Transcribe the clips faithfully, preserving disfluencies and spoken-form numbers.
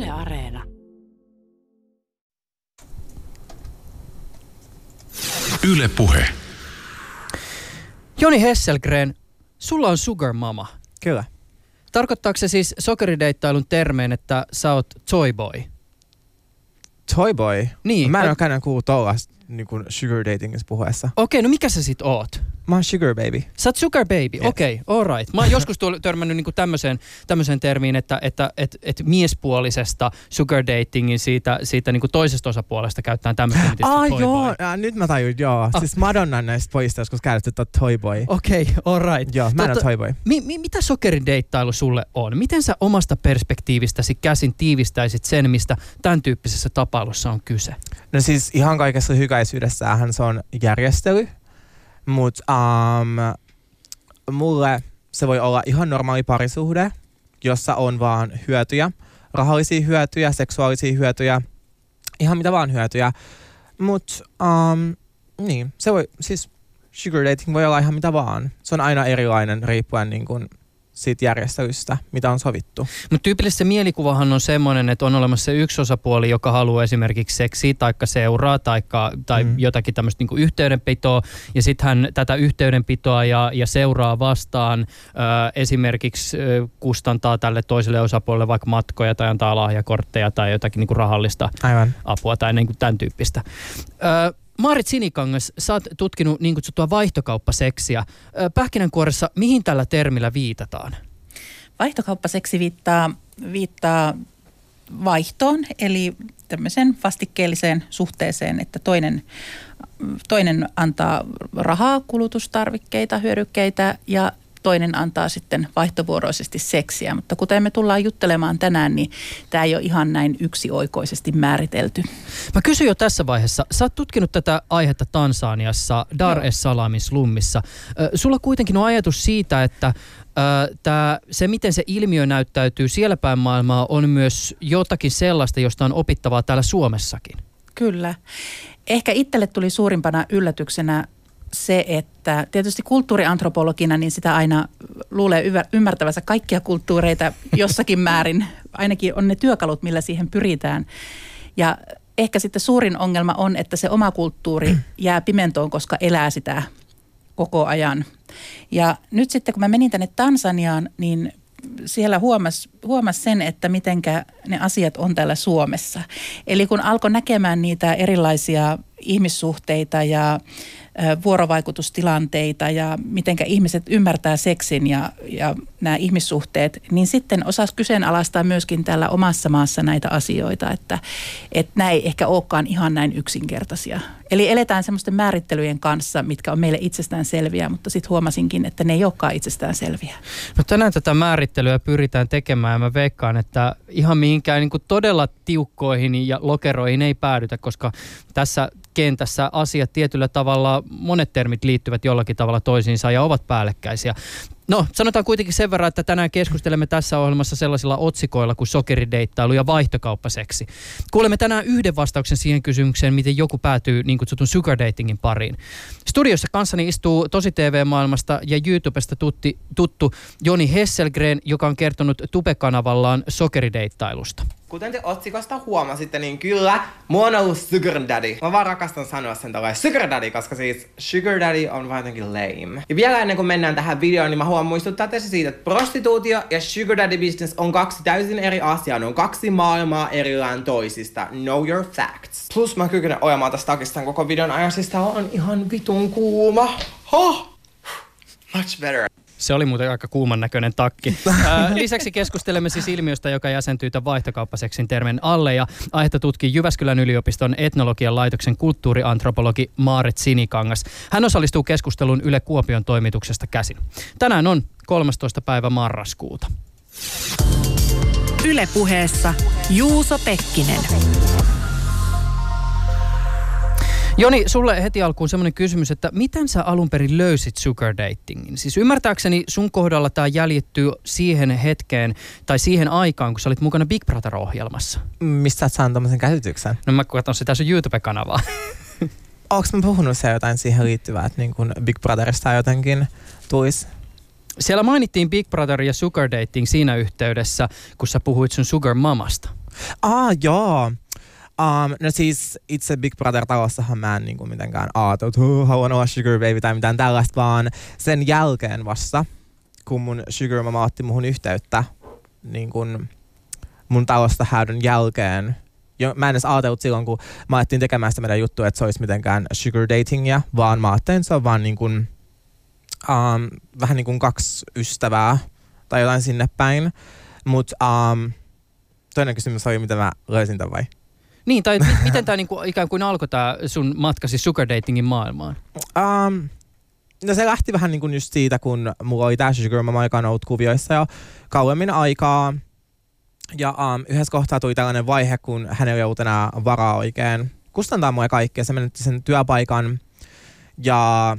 Yle Areena. Yle Puhe. Joni Hesselgren, sulla on sugar mama. Kyllä. Tarkoittaako se siis sokerideittailun termein, että sä oot toyboy? Toyboy? Niin. Mä en ole käydä kuullut tollaista niin kuin sugar datingissa puhuessa. Okei, no mikä sä sit oot? Mä oon sugar baby. Sä oot sugar baby, yes. Okei, okay, all right. Mä oon joskus tuolla törmännyt niinku tämmöiseen, tämmöiseen termiin, että, että et, et miespuolisesta sugar datingin siitä, siitä niinku toisesta osapuolesta käytetään tämmöistä nimitystä Ah toyboy. joo, ja, nyt mä tajun, joo. Ah. Siis Madonna näistä pojista joskus käytetty tuota toyboy. Okei, okay, all right. Joo, mä en ole toyboy. Mi, mi, mitä sokerideittailu sulle on? Miten sä omasta perspektiivistäsi käsin tiivistäisit sen, mistä tämän tyyppisessä tapailussa on kyse? No siis ihan kaikessa hykäisyydessähän se on järjestely. Mutta um, mulle se voi olla ihan normaali parisuhde, jossa on vaan hyötyjä, rahallisia hyötyjä, seksuaalisia hyötyjä, ihan mitä vaan hyötyjä. Mutta um, niin, se voi, siis sugar dating voi olla ihan mitä vaan. Se on aina erilainen riippuen niin kun siitä järjestelystä, mitä on sovittu. Mutta tyypillisesti se mielikuvahan on semmoinen, että on olemassa se yksi osapuoli, joka haluaa esimerkiksi seksiä, taikka seuraa, taikka, tai mm. jotakin tämmöistä niinku yhteydenpitoa, ja sitten hän tätä yhteydenpitoa ja, ja seuraa vastaan ö, esimerkiksi ö, kustantaa tälle toiselle osapuolelle vaikka matkoja tai antaa lahjakortteja tai jotakin niinku rahallista Aivan. apua tai niinku tämän tyyppistä. Ö, Maarit Sinikangas, sä oot tutkinut niin kutsuttua vaihtokauppaseksiä. Pähkinänkuoressa, mihin tällä termillä viitataan? Vaihtokauppaseksi viittaa, viittaa vaihtoon, eli tämmöiseen vastikkeelliseen suhteeseen, että toinen, toinen antaa rahaa, kulutustarvikkeita, hyödykkeitä ja toinen antaa sitten vaihtovuoroisesti seksiä. Mutta kuten me tullaan juttelemaan tänään, niin tämä ei ole ihan näin yksioikoisesti määritelty. Mä kysyn jo tässä vaiheessa. Sä oot tutkinut tätä aihetta Tansaniassa, Dar es Salamin slummissa. Sulla kuitenkin on ajatus siitä, että Tää, se, miten se ilmiö näyttäytyy siellä päin maailmaa, on myös jotakin sellaista, josta on opittavaa täällä Suomessakin. Kyllä. Ehkä itselle tuli suurimpana yllätyksenä se, että tietysti kulttuuriantropologina niin sitä aina luulee ymmärtävänsä kaikkia kulttuureita jossakin määrin. Ainakin on ne työkalut, millä siihen pyritään. Ja ehkä sitten suurin ongelma on, että se oma kulttuuri jää pimentoon, koska elää sitä koko ajan. Ja nyt sitten kun mä menin tänne Tansaniaan, niin siellä huomasi huomas sen, että mitenkä ne asiat on täällä Suomessa. Eli kun alkoi näkemään niitä erilaisia ihmissuhteita ja vuorovaikutustilanteita ja mitenkä ihmiset ymmärtää seksin ja, ja nämä ihmissuhteet, niin sitten osasi kyseenalaistaa myöskin täällä omassa maassa näitä asioita, että, että nämä ei ehkä olekaan ihan näin yksinkertaisia. Eli eletään semmoisten määrittelyjen kanssa, mitkä on meille itsestään selviä, mutta sitten huomasinkin, että ne ei olekaan itsestään selviä. No tänään tätä määrittelyä pyritään tekemään ja mä veikkaan, että ihan mihinkään niin kuin todella tiukkoihin ja lokeroihin ei päädytä, koska tässä kentässä asiat tietyllä tavalla, monet termit liittyvät jollakin tavalla toisiinsa ja ovat päällekkäisiä. No, sanotaan kuitenkin sen verran, että tänään keskustelemme tässä ohjelmassa sellaisilla otsikoilla kuin sokerideittailu ja vaihtokauppaseksi. Kuulemme tänään yhden vastauksen siihen kysymykseen, miten joku päätyy niin kutsutun sugar datingin pariin. Studiossa kanssani istuu Tosi T V-maailmasta ja YouTubesta tutti, tuttu Joni Hesselgren, joka on kertonut Tube-kanavallaan sokerideittailusta. Kuten te otsikosta huomasitte, niin kyllä, mua on ollut sugar daddy. Mä vaan rakastan sanoa sen tällainen sugar daddy, koska siis sugar daddy on vaan jotenkin lame. Ja vielä ennen kuin mennään tähän videoon, niin mä haluan muistuttaa tässä siitä, että prostituutio ja sugar daddy business on kaksi täysin eri asiaa. Ne on kaksi maailmaa erillään toisista. Know your facts. Plus mä kykenen olemaan tästä takistaan koko videon ajan, siis tää on ihan vitun kuuma. Huh. Much better. Se oli muuten aika kuuman näköinen takki. Ää, lisäksi keskustelemme siis ilmiöstä, joka jäsentyy tämän vaihtokauppaseksin termen alle. Ja aihetta tutkii Jyväskylän yliopiston etnologian laitoksen kulttuuriantropologi Maarit Sinikangas. Hän osallistuu keskusteluun Yle Kuopion toimituksesta käsin. Tänään on kolmastoista päivä marraskuuta. Yle Puheessa Juuso Pekkinen. Joni, sulle heti alkuun semmoinen kysymys, että miten sä alun perin löysit sugar datingin? Siis ymmärtääkseni sun kohdalla tämä jäljittyy siihen hetkeen tai siihen aikaan, kun sä olit mukana Big Brother-ohjelmassa. Mistä sä saanut tommosen käsityksen? No mä katson sitä sun YouTube-kanavaa. Onks mä puhunut se jotain siihen liittyvää, että niin kun Big Brotherista jotenkin tulisi? Siellä mainittiin Big Brother ja sugar dating siinä yhteydessä, kun sä puhuit sun sugar mamasta. Ah, joo. Um, no siis itse Big Brother-talossahan mä en niinku mitenkään aatu, että oh, haluan olla sugar baby tai mitään tällaista, vaan sen jälkeen vasta, kun mun sugar mama otti muhun yhteyttä niin kun mun talosta häädön jälkeen. Jo, mä en edes ajatellut silloin, kun mä alettiin tekemään sitä meidän juttua, että se olisi mitenkään sugar datingia, vaan mä ajattelin, että se on vaan niin kun, um, vähän niin kuin kaksi ystävää tai jotain sinne päin. Mutta um, toinen kysymys oli, miten mä löysin tämän vai? Niin, tai mi- miten tämä niinku, ikään kuin alkoi tämä sun matkasi sugar datingin maailmaan? Um, no se lähti vähän niin kuin just siitä, kun mulla oli tää sugar mama, joka on ollut kuvioissa jo kauemmin aikaa. Ja um, yhdessä kohtaa tuli tällainen vaihe, kun hänellä ei ollut enää varaa oikein kustantaa mua kaikkea. Se menetti sen työpaikan ja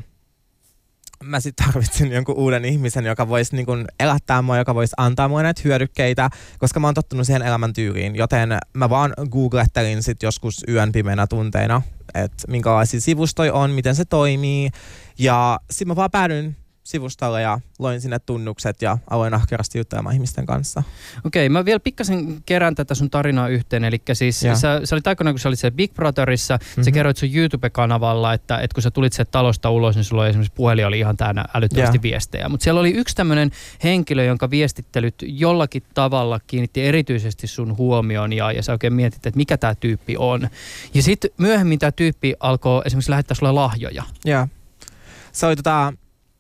mä sitten tarvitsin jonkun uuden ihmisen, joka voisi niin kun elättää mua, joka voisi antaa mulle näitä hyödykkeitä, koska mä oon tottunut siihen elämäntyyliin. Joten mä vaan googlettelin sit joskus yön pimeänä tunteina, että minkälaisia sivustoja on, miten se toimii. Ja sitten mä vaan päädyin sivustolle ja loin sinne tunnukset ja aloin ahkerasti juttelemaan ihmisten kanssa. Okei, mä vielä pikkasen kerään tätä sun tarinaa yhteen. Eli siis sä, sä olit aikoinaan, kun sä olit siellä Big Brotherissa, mm-hmm. sä kerroit sun YouTube-kanavalla, että, että kun sä tulit sieltä talosta ulos, niin sulla oli esimerkiksi puhelin oli ihan täynnä älyttömästi yeah. viestejä. Mutta siellä oli yksi tämmöinen henkilö, jonka viestittelyt jollakin tavalla kiinnitti erityisesti sun huomioon ja, ja sä oikein mietit, että mikä tää tyyppi on. Ja sitten myöhemmin tää tyyppi alkoi esimerkiksi lähettää sulle lahjoja. Joo. Yeah. Se oli tota...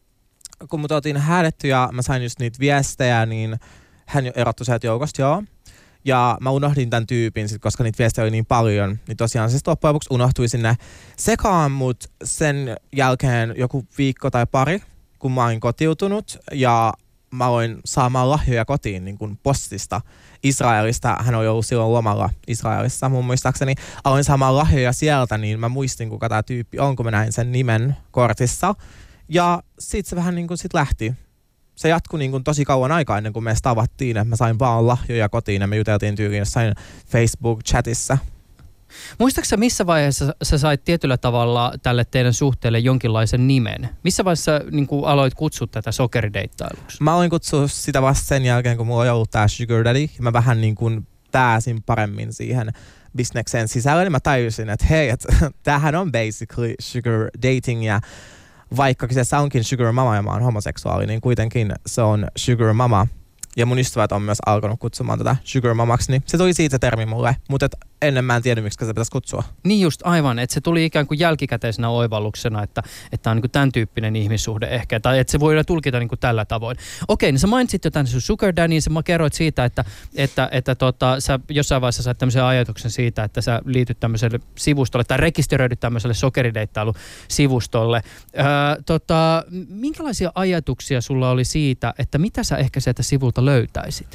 kun mut otin häädetty ja mä sain just niitä viestejä, niin hän erottui sieltä joukosta, joo. Ja mä unohdin tämän tyypin, sit, koska niitä viestejä oli niin paljon. Niin tosiaan se loppujen lopuksi unohtui sinne sekaan, mutta sen jälkeen joku viikko tai pari, kun mä olin kotiutunut ja mä aloin saamaan lahjoja kotiin niin kuin postista Israelista. Hän oli ollut silloin lomalla Israelissa mun muistaakseni. Aloin saamaan lahjoja sieltä, niin mä muistin, kuka tämä tyyppi on, kun mä näin sen nimen kortissa. Ja sit se vähän niin kuin sit lähti. Se jatkui niin kuin tosi kauan aikaa ennen kuin me tavattiin, että mä sain vaan lahjoja kotiin ja me juteltiin tyyliin jossain Facebook-chatissa. Muistaaksä missä vaiheessa sä sait tietyllä tavalla tälle teidän suhteelle jonkinlaisen nimen? Missä vaiheessa niin kuin aloit kutsua tätä sokerideittailuksi? Mä aloin kutsua sitä vasta sen jälkeen, kun mulla oli ollut tää sugar daddy. Ja mä vähän niin kuin pääsin paremmin siihen bisnekseen sisälle. Niin mä tajusin, että hei, että tämähän on basically sugar dating ja vaikka kyseessä onkin sugar mama ja mä oon homoseksuaali, niin kuitenkin se on sugar mama. Ja mun ystävät on myös alkanut kutsumaan tätä sugar mamaksi, niin se tuli siitä termi mulle. Mutta ennen mä en tiedä, miksi se pitäisi kutsua. Niin just aivan, että se tuli ikään kuin jälkikäteisenä oivalluksena, että, että on niin kuin tämän tyyppinen ihmissuhde ehkä, tai että se voidaan tulkita niin kuin tällä tavoin. Okei, niin sä mainitsit jo tämän sun sugar daddy, sä kerroit siitä, että, että, että tota, sä jossain vaiheessa sait tämmöisen ajatuksen siitä, että sä liityt tämmöiselle sivustolle, tai rekisteröidyt tämmöiselle sokerideittailusivustolle. Öö, tota, minkälaisia ajatuksia sulla oli siitä, että mitä sä ehkä sieltä sivulta löytäisit?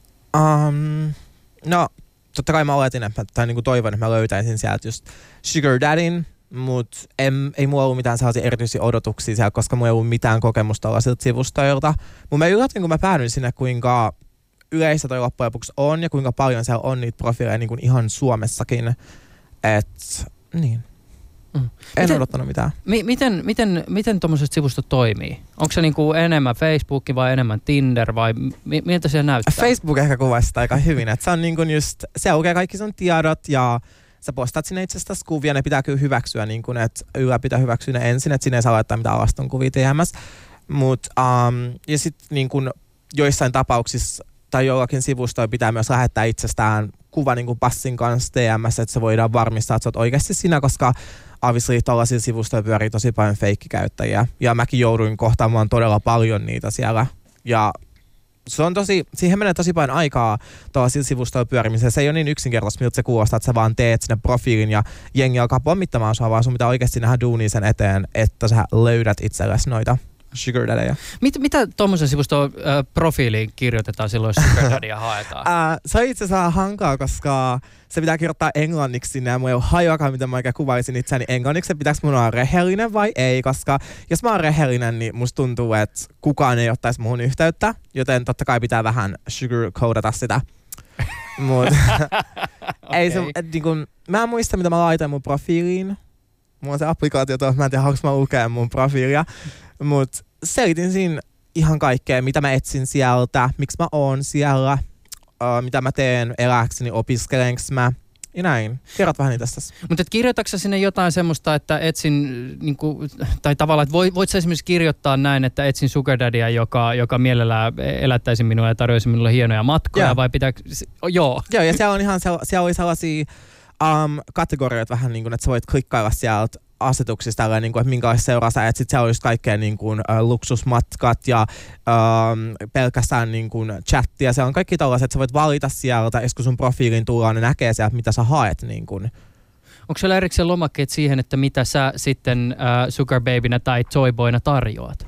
Um, no... Totta kai mä oletin, että, tai niin kuin toivon, että mä löytäisin sieltä just sugar daddyn, mutta ei mulla ollut mitään sellaisia erityisiä odotuksia siellä, koska mulla ei ollut mitään kokemusta tällaisilta sivustoilta. Mutta mä yllätin, kun mä päädyin sinne, kuinka yleistä toi loppujen lopuksi on ja kuinka paljon siellä on niitä profiileja niin kuin ihan Suomessakin. Et niin. Mm. En miten, odottanut mitään. Mi- miten miten, miten tuommoiset sivustot toimii? Onko se niinku enemmän Facebook vai enemmän Tinder vai mi- miltä se näyttää? Facebook ehkä kuvaa sitä aika hyvin. Et se on niinku just, se lukee kaikki sun tiedot ja sä postaat sinne itsestäsi kuvia. Ne pitää kyllä hyväksyä, niin kun, että ylä pitää hyväksyä ne ensin, että sinne ei saa laittaa mitään alaston kuvia T M S. Mut, um, ja sitten niin kun joissain tapauksissa tai jollakin sivustoilla pitää myös lähettää itsestään kuva niin kuin passin kanssa T M S, että se voidaan varmistaa, että sä oot oikeasti sinä, koska obviously tuollaisilla sivustoilla pyörii tosi paljon feikkikäyttäjiä. Ja mäkin jouduin kohtaamaan todella paljon niitä siellä. Ja se on tosi, siihen menee tosi paljon aikaa tuollaisilla sivustoilla pyörimiseen. Se ei ole niin yksinkertaisesti, miltä se kuulostaa, että sä vaan teet sinne profiilin ja jengi alkaa pommittamaan sua, vaan sun pitää oikeasti nähdä duunia sen eteen, että sä löydät itsellesi noita sugar daddyja. Mit, mitä tuommoisen sivuston äh, profiiliin kirjoitetaan silloin, jos sugar daddyja haetaan? äh, se on itse asiassa hankaa, koska se pitää kirjoittaa englanniksi sinne ja mulla ei ole hajuakaan, miten mä oikein kuvailisin itseäni englanniksi. Pitääkö mun olla rehellinen vai ei, koska jos mä oon rehellinen, niin musta tuntuu, että kukaan ei ottaisi muhun yhteyttä, joten totta kai pitää vähän sugar-coadata sitä. Mut okay. Ei se, et, niin kun, mä en muista, mitä mä laitan mun profiiliin. Mulla on se applikaatio tuossa, mä en tiedä, haluanko mä lukea mun profiilia. Mut selitin siinä ihan kaikkea, mitä mä etsin sieltä, miksi mä oon siellä. uh, mitä mä teen elääkseni, opiskelenks mä ja näin. Kerrot vähän niitä tässä. Mutta kirjoitatko sinne jotain semmoista, että etsin, niinku, tai tavallaan, että voit, voit sä esimerkiksi kirjoittaa näin, että etsin sugar daddya, joka, joka mielellään elättäisi minua ja tarjoaisi minulle hienoja matkoja, yeah. vai pitääkö, oh, joo. Joo, ja siellä on ihan, siellä oli sellaisia um, kategorioita vähän niin kuin, että sä voit klikkailla sieltä asetuksista, tällä, niin kuin, että minkälaista seuraa sä etsit. Siellä olisi kaikkea niin kuin, uh, luksusmatkat ja um, pelkästään niin kuin, chattia. Siellä on kaikki tällaiset, että sä voit valita sieltä, jos kun sun profiilin tullaan, ne näkee sieltä, mitä sä haet. Niin kuin. Onko siellä erikseen lomakkeet siihen, että mitä sä sitten uh, sugar babynä tai toyboyna tarjoat?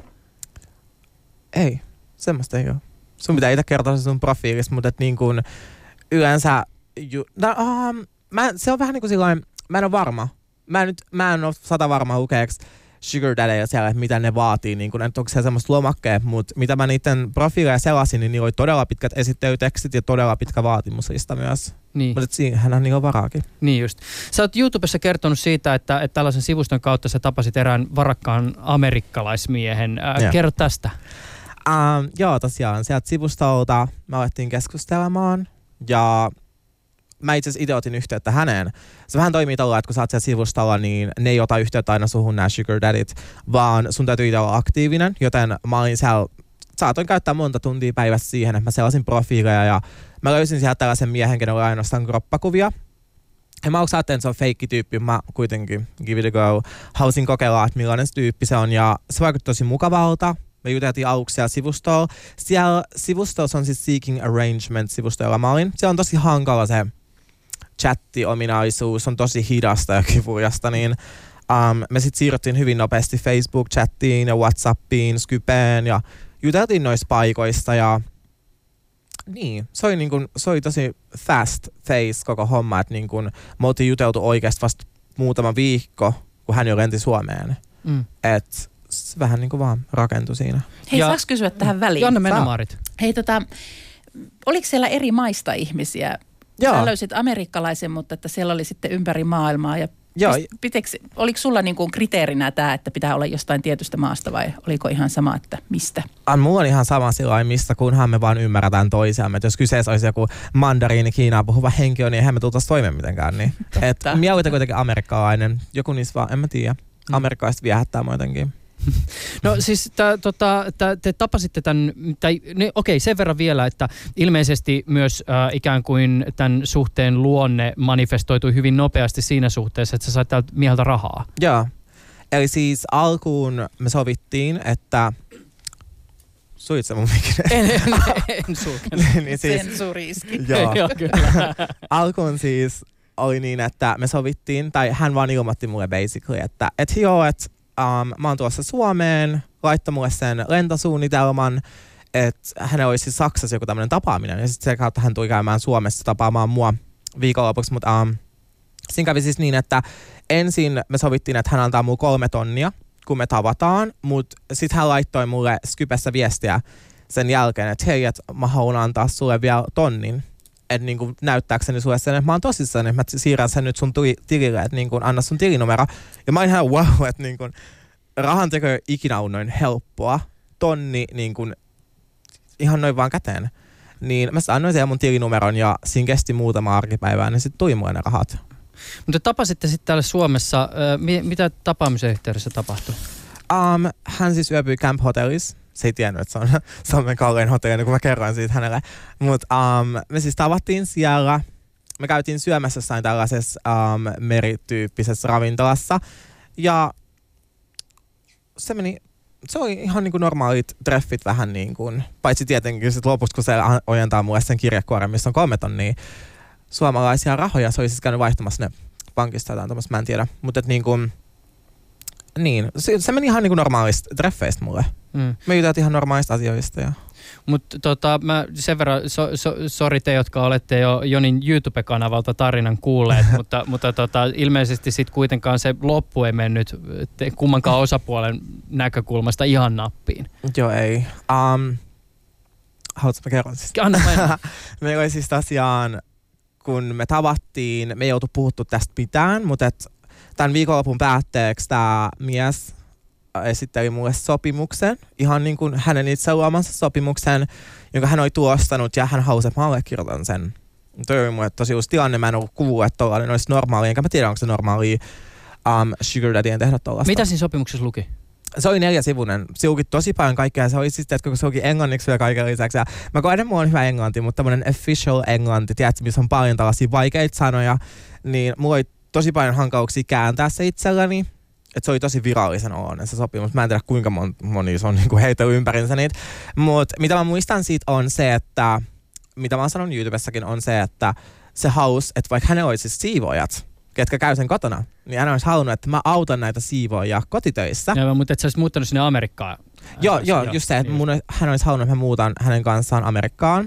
Ei, semmoista ei ole. Sun pitää itse kertoa se sun profiilista, mutta et, niin kuin, yleensä... Ju, no, um, mä, se on vähän niin kuin sillain, mä en ole varma. Mä en, nyt, mä en ole sata varma lukeeksi sugar daddyja siellä, että mitä ne vaatii, niin kun, onko se semmoista lomakkeet, mutta mitä mä niiden profiileja selasin, niin niillä oli todella pitkät esittelytekstit ja todella pitkä vaatimuslista myös. Niin. Mutta siihenhän niillä on varaakin. Niin just. Sä oot YouTubessa kertonut siitä, että, että tällaisen sivuston kautta sä tapasit erään varakkaan amerikkalaismiehen. Äh, kerro tästä. Um, joo, tosiaan. Sieltä sivustolta me alettiin keskustelemaan ja mä itse asiassa itse otin yhteyttä häneen. Se vähän toimii tällä, että kun sä oot siellä sivustolla, niin ne ei ota yhteyttä aina suhun nämä sugar daddyt, vaan sun täytyy itse olla aktiivinen, joten mä olin siellä, saatoin käyttää monta tuntia päivässä siihen, että mä selasin profiileja ja mä löysin sieltä tällaisen miehen, kenellä oli ainoastaan kroppakuvia. Ja mä aluksi ajattelin, että se on feikki-tyyppi, mä kuitenkin give it a go. Halusin kokeilla, että millainen tyyppi se on ja se vaikutti tosi mukavalta. Me juteltiin aluksi siellä sivustolla. Siellä sivustolla on siis Seeking Arrangement-sivusto, jolla mä olin. Se on tosi hankala se chatti-ominaisuus, on tosi hidasta ja kivuliasta, niin um, me sitten siirryttiin hyvin nopeasti Facebook-chattiin ja Whatsappiin, Skypeen ja juteltiin noista paikoista ja niin, se oli, niin kun, se oli tosi fast face koko homma, että niin kun, me oltiin juteltu oikeasti vasta muutama viikko, kun hän jo lenti Suomeen. Mm. Että se vähän niin kuin vaan rakentui siinä. Hei, ja saaks kysyä tähän väliin? Anna mennä, Maarit. Hei, tota, oliko siellä eri maista ihmisiä? Joo. Sä löysit amerikkalaisen, mutta että siellä oli sitten ympäri maailmaa. Ja Joo. Piteks, oliko sulla niin kuin kriteerinä tämä, että pitää olla jostain tietystä maasta vai oliko ihan sama, että mistä? On, mulla on ihan sama sillä mistä, kunhan me vaan ymmärrätään toisiamme. Et jos kyseessä olisi joku mandariini Kiinaa puhuva henkilö, niin eihän me tultaisi toimeen mitenkään. Niin. Et mieluiten kuitenkin amerikkalainen. Joku niistä vaan, en mä tiedä. Mm. Amerikkalaiset viehättää mua jotenkin. No siis tä, tota, tä, te tapasitte tämän, tai ne, okei sen verran vielä, että ilmeisesti myös äh, ikään kuin tämän suhteen luonne manifestoitui hyvin nopeasti siinä suhteessa, että sä sait tältä mieheltä rahaa. Joo, eli siis alkuun me sovittiin, että suit sä mun mikin? En, en, en sulkenut. niin siis, sensuuri iski. Joo, joo kyllä. Alkuun siis oli niin, että me sovittiin, tai hän vaan ilmoitti mulle basically, että et joo, että Um, mä oon tuossa Suomeen, laittoi mulle sen lentosuunnitelman, että hänellä olisi siis Saksassa joku tämmöinen tapaaminen. Ja sitten sen kautta hän tuli käymään Suomessa tapaamaan mua viikonlopuksi. Mutta um, siinä kävi siis niin, että ensin me sovittiin, että hän antaa mulle kolme tonnia, kun me tavataan. Mutta sitten hän laittoi mulle Skypessä viestiä sen jälkeen, että hei, että mä haluan antaa sulle vielä tonnin. Että niin näyttääkseni sulle sen, että mä oon tosissaan, että mä siirrän sen nyt sun tilille, että niin kuin, anna sun tilinumero. Ja mä oon ihan wow, että niin kuin, rahan teko ei ikinä on noin helppoa. Tonni niin kuin, ihan noin vaan käteen. Niin mä annoin siellä mun tilinumeron ja siinä kesti muutama arkipäivää, niin sitten tuli mulle ne rahat. Mutta tapasitte sitten täällä Suomessa, äh, mitä tapaamisen yhteydessä tapahtui? Um, hän siis yöpyi Camp Hotellissa. Se ei tiennyt, että se on Suomen kallein hotelli, niin kun mä kerroin siitä hänelle. Mutta um, me siis tavattiin siellä. Me käytiin syömässä jossain tällaisessa um, merityyppisessä ravintolassa. Ja se meni, se oli ihan niin kuin normaalit treffit vähän niin kuin, paitsi tietenkin sit lopuksi, kun se ojentaa mulle sen kirjekuoren, missä on kolme tonnia suomalaisia rahoja. Se oli siis käynyt vaihtamassa ne pankista jotain tämmöistä, mä en tiedä. Mutta niin kuin, niin, se, se meni ihan niin kuin normaalista treffeistä mulle. Mm. Me juteltiin ihan normaalista asioista. Ja... Mutta tota, mä sen verran, so, so, sori te, jotka olette jo Jonin YouTube-kanavalta tarinan kuulleet, mutta, mutta tota, ilmeisesti sitten kuitenkaan se loppu ei mennyt te, kummankaan osapuolen näkökulmasta ihan nappiin. Joo, ei. Um, haluatko mä kerron siis? Anna mennä. Meillä oli siis tosiaan, kun me tavattiin, me ei joutu puhuttu tästä mitään, mutta et tämän viikonlopun päätteeksi tämä mies esitteli mulle sopimuksen, ihan niin kuin hänen itse luomansa sopimuksen, jonka hän oli tuostanut ja hän halusi, että mä allekirjoitan sen. Toi oli mulle tosi uusi tilanne, mä en ollut kuullut, että tollainen olisi normaali, enkä mä tiedä, onko se normaali um, sugar daddyen tehdä tollasta. Mitä siinä sopimuksessa luki? Se oli neljäsivuinen. Se luki tosi paljon kaikkea. Se oli siis, että se luki englanniksi vielä kaiken lisäksi. Ja mä koen, että mulla on hyvä englanti, mutta tämmönen official englanti, tiedätkö, missä on paljon tällaisia vaikeita sanoja, niin mulla oli tosi paljon hankaluuksia kääntää se itselläni. Että se oli tosi virallisen oloinen se sopimus. Mä en tiedä, kuinka mon, moni se on niinku heitellyt ympärinsä niitä. Mutta mitä mä muistan siitä on se, että mitä mä oon sanonut YouTubessakin on se, että se halusi, että vaikka hänellä olisi siis siivoojat, ketkä käy sen kotona, niin hän olisi halunnut, että mä autan näitä siivoojia kotitöissä. Joo, mutta että sä olisit muuttanut sinne Amerikkaan. Joo, olisi, joo, just se, että mun, hän olisi halunnut, että mä muutan hänen kanssaan Amerikkaan.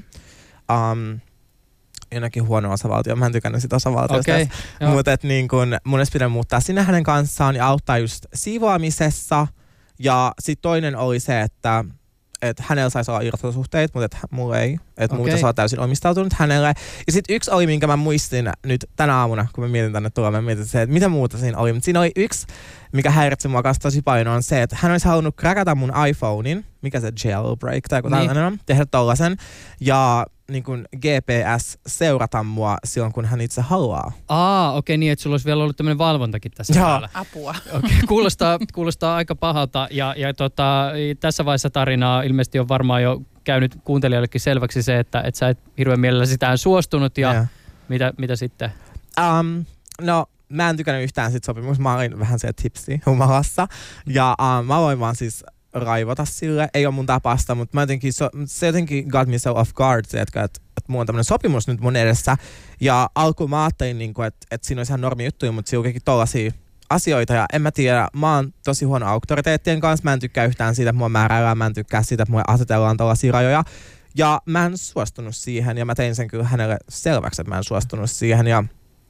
Um, jonnekin huono osavaltio, mä en tykännyt sitä osavaltiosta. Okay, mutta että niin kun mun olisi pitänyt muuttaa sinne hänen kanssaan ja auttaa just siivoamisessa. Ja sitten toinen oli se, että että hänellä saisi olla irtosuhteet, mutta että mulla ei. Että okay. Muuta saa täysin omistautunut hänelle. Ja sitten yksi oli, minkä mä muistin nyt tänä aamuna, kun mä mietin tänne tuolla, mä mietin se, että mitä muuta siinä oli. Mutta siinä oli yksi, mikä häiritsi mua kanssa tosi paljon, on se, että hän olisi halunnut kräkätä mun iPhonein, mikä se jailbreak tai joku niin. tällainen on, tehdä tollasen. Ja niin kuin G P S seurata mua silloin, kun hän itse haluaa. Aa, okei, okay, niin, että sulla olisi vielä ollut tämmöinen valvontakin tässä Joo. päällä. Apua. Okay, kuulostaa, kuulostaa aika pahalta ja, ja tota, tässä vaiheessa tarinaa ilmeisesti on varmaan jo käynyt kuuntelijallekin selväksi se, että et sä et hirveän mielelläsi tähän suostunut ja yeah. mitä, mitä sitten? Um, no, mä en tykännyt yhtään sit sopimuksesta. Mä olin vähän se tipsi humalassa ja um, mä voin vaan siis raivota sille. Ei ole mun tapasta, mutta mä jotenkin, so, se jotenkin got me so off guard, se, että, että, että mulla on tämmönen sopimus nyt mun edessä. Ja alkuun mä ajattelin, niin kuin, että, että siinä olisi ihan normi juttuja, mutta siinä on tollaisia asioita. Ja en mä tiedä, mä oon tosi huono auktoriteettien kanssa. Mä en tykkää yhtään siitä, että mua määräillään. Mä en tykkää siitä, että mua asetellaan tollaisia rajoja. Ja mä en suostunut siihen. Ja mä tein sen kyllä hänelle selväksi, että mä en suostunut siihen. Ja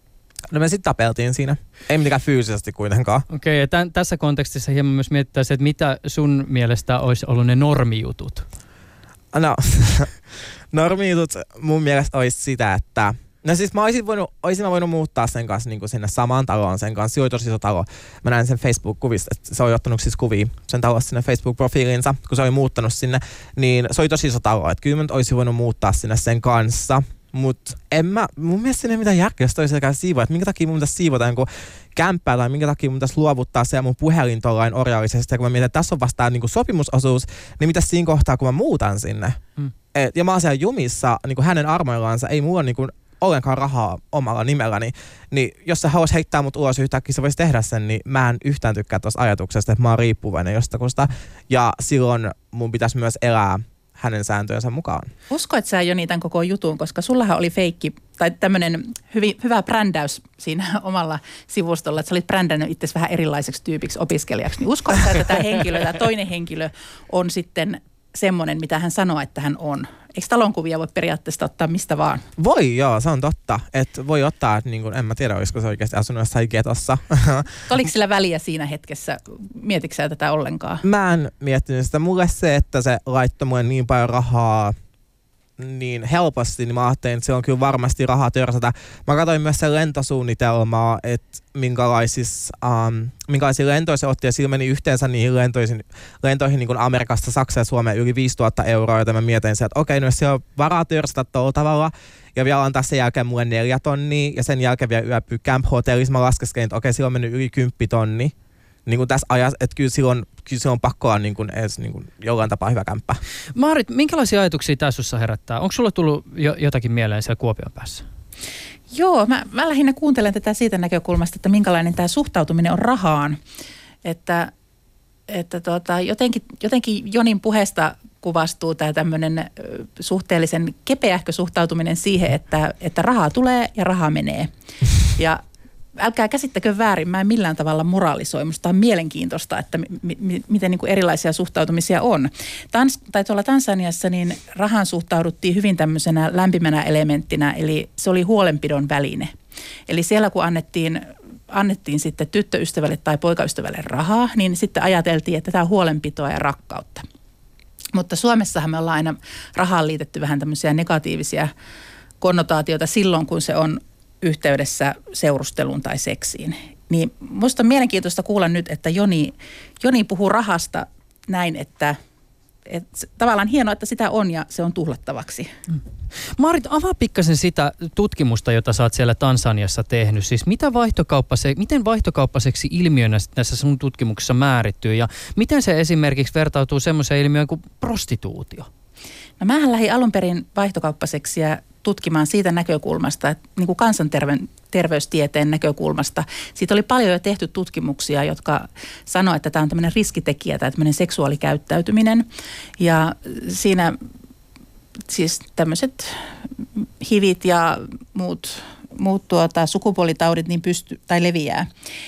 no me sitten tapeltiin siinä. Ei mitenkään fyysisesti kuitenkaan. Okei, okay, ja tämän, tässä kontekstissa hieman myös mietittää se, että mitä sun mielestä olisi ollut ne normijutut? No, normijutut mun mielestä olisi sitä, että no siis mä olisin voinut, olisin mä voinut muuttaa sen kanssa niin kuin sinne samaan taloon sen kanssa. Se oli tosi iso talo. Mä näin sen Facebook-kuvista, että se oli ottanut siis kuvia sen talossa sinne Facebook-profiilinsa, kun se oli muuttanut sinne. Niin se oli tosi iso talo, että kyllä mä olisin voinut muuttaa sinne sen kanssa. Mutta en mä, mun mielestä siinä ei mitään järkeä, jos toiselleen siivoa, että minkä takia mun pitäisi siivota jonkun kämppää tai minkä takia mun pitäisi luovuttaa se mun puhelin tollain orjallisesti. Ja kun mä mietin, että tässä on vastaan niin sopimusosuus, niin mitä siinä kohtaa, kun mä muutan sinne. Mm. Et, ja mä oon siellä jumissa niin hänen armoillaansa, ei mulla niin ollenkaan rahaa omalla nimelläni. Niin jos se haluaisi heittää mut ulos yhtäkkiä, se voisi tehdä sen, niin mä en yhtään tykkää tuosta ajatuksesta, että mä oon riippuvainen jostakusta. Ja silloin mun pitäisi myös elää hänen sääntöjensä mukaan. Uskoit sä Joni tämän koko jutun, koska sullahan oli feikki tai tämmöinen hyvin, hyvä brändäys siinä omalla sivustolla, että sä olit brändännyt itsesi vähän erilaiseksi tyypiksi opiskelijaksi. Niin uskoit sä, että tämä henkilö, tämä toinen henkilö on sitten semmoinen, mitä hän sanoo, että hän on? Eikö talonkuvia voi periaatteessa ottaa mistä vaan? Voi, joo, se on totta. Että voi ottaa, että niin kuin, en mä tiedä, olisiko se oikeasti asunut jossain getossa. Oliko sillä väliä siinä hetkessä? Mietitkö sä tätä ollenkaan? Mä en miettinyt sitä. Mulle se, että se laittoi mulle niin paljon rahaa niin helposti, niin mä ajattelin, että se on kyllä varmasti rahaa törsätä. Mä katsoin myös sen lentosuunnitelmaa, että minkälaisissa, um, minkälaisia lentoja se otti, ja sillä meni yhteensä niihin lentoihin, lentoihin niin kuin Amerikasta, Saksa ja Suomeen yli viisituhatta euroa, joten mä mietin että okei, no jos siellä on varaa törsätä tuolla tavalla, ja vielä antaa sen jälkeen mulle neljä tonnia, ja sen jälkeen vielä yöpyy Camp-hotellissa, mä laskeskelin, että okei, sillä on mennyt yli kymppi tonni. Niin kuin tässä ajassa, että kyllä silloin, kyllä silloin pakko olla niin kuin edes niin kuin jollain tapaa hyvä kämppä. Maarit, minkälaisia ajatuksia tämä sussa herättää? Onko sulla tullut jo, jotakin mieleen siellä Kuopion päässä? Joo, mä, mä lähinnä kuuntelen tätä siitä näkökulmasta, että minkälainen tämä suhtautuminen on rahaan. Että, että tota, jotenkin, jotenkin Jonin puheesta kuvastuu tämä tämmöinen suhteellisen kepeähkö suhtautuminen siihen, että, että rahaa tulee ja rahaa menee. Ja älkää käsittäkö väärin, mä en millään tavalla moraalisoi. Musta on mielenkiintoista, että mi- mi- miten niin kuin erilaisia suhtautumisia on. Tans- tai tuolla Tansaniassa niin rahaan suhtauduttiin hyvin tämmöisenä lämpimänä elementtinä, eli se oli huolenpidon väline. Eli siellä kun annettiin, annettiin sitten tyttöystävälle tai poikaystävälle rahaa, niin sitten ajateltiin, että tämä on huolenpitoa ja rakkautta. Mutta Suomessahan me ollaan aina rahaan liitetty vähän tämmöisiä negatiivisia konnotaatioita silloin, kun se on yhteydessä seurusteluun tai seksiin. Niin musta on mielenkiintoista kuulla nyt, että Joni, Joni puhuu rahasta näin, että, et, tavallaan hienoa, että sitä on ja se on tuhlattavaksi. Mm. Maarit, avaa pikkasen sitä tutkimusta, jota sä oot siellä Tansaniassa tehnyt. Siis mitä vaihtokauppase- miten vaihtokauppaseksi ilmiönä näissä sun tutkimuksissa määrittyy ja miten se esimerkiksi vertautuu semmoiseen ilmiöön kuin prostituutio? No mähän lähdin alun perin vaihtokauppaseksiä tutkimaan siitä näkökulmasta, että niin kuin kansanterveystieteen näkökulmasta. Siitä oli paljon jo tehty tutkimuksia, jotka sanoo, että tämä on tämmöinen riskitekijä tai tämmöinen seksuaalikäyttäytyminen. Ja siinä siis tämmöiset hivit ja muut, muut tuota, sukupuolitaudit niin pysty, tai leviää.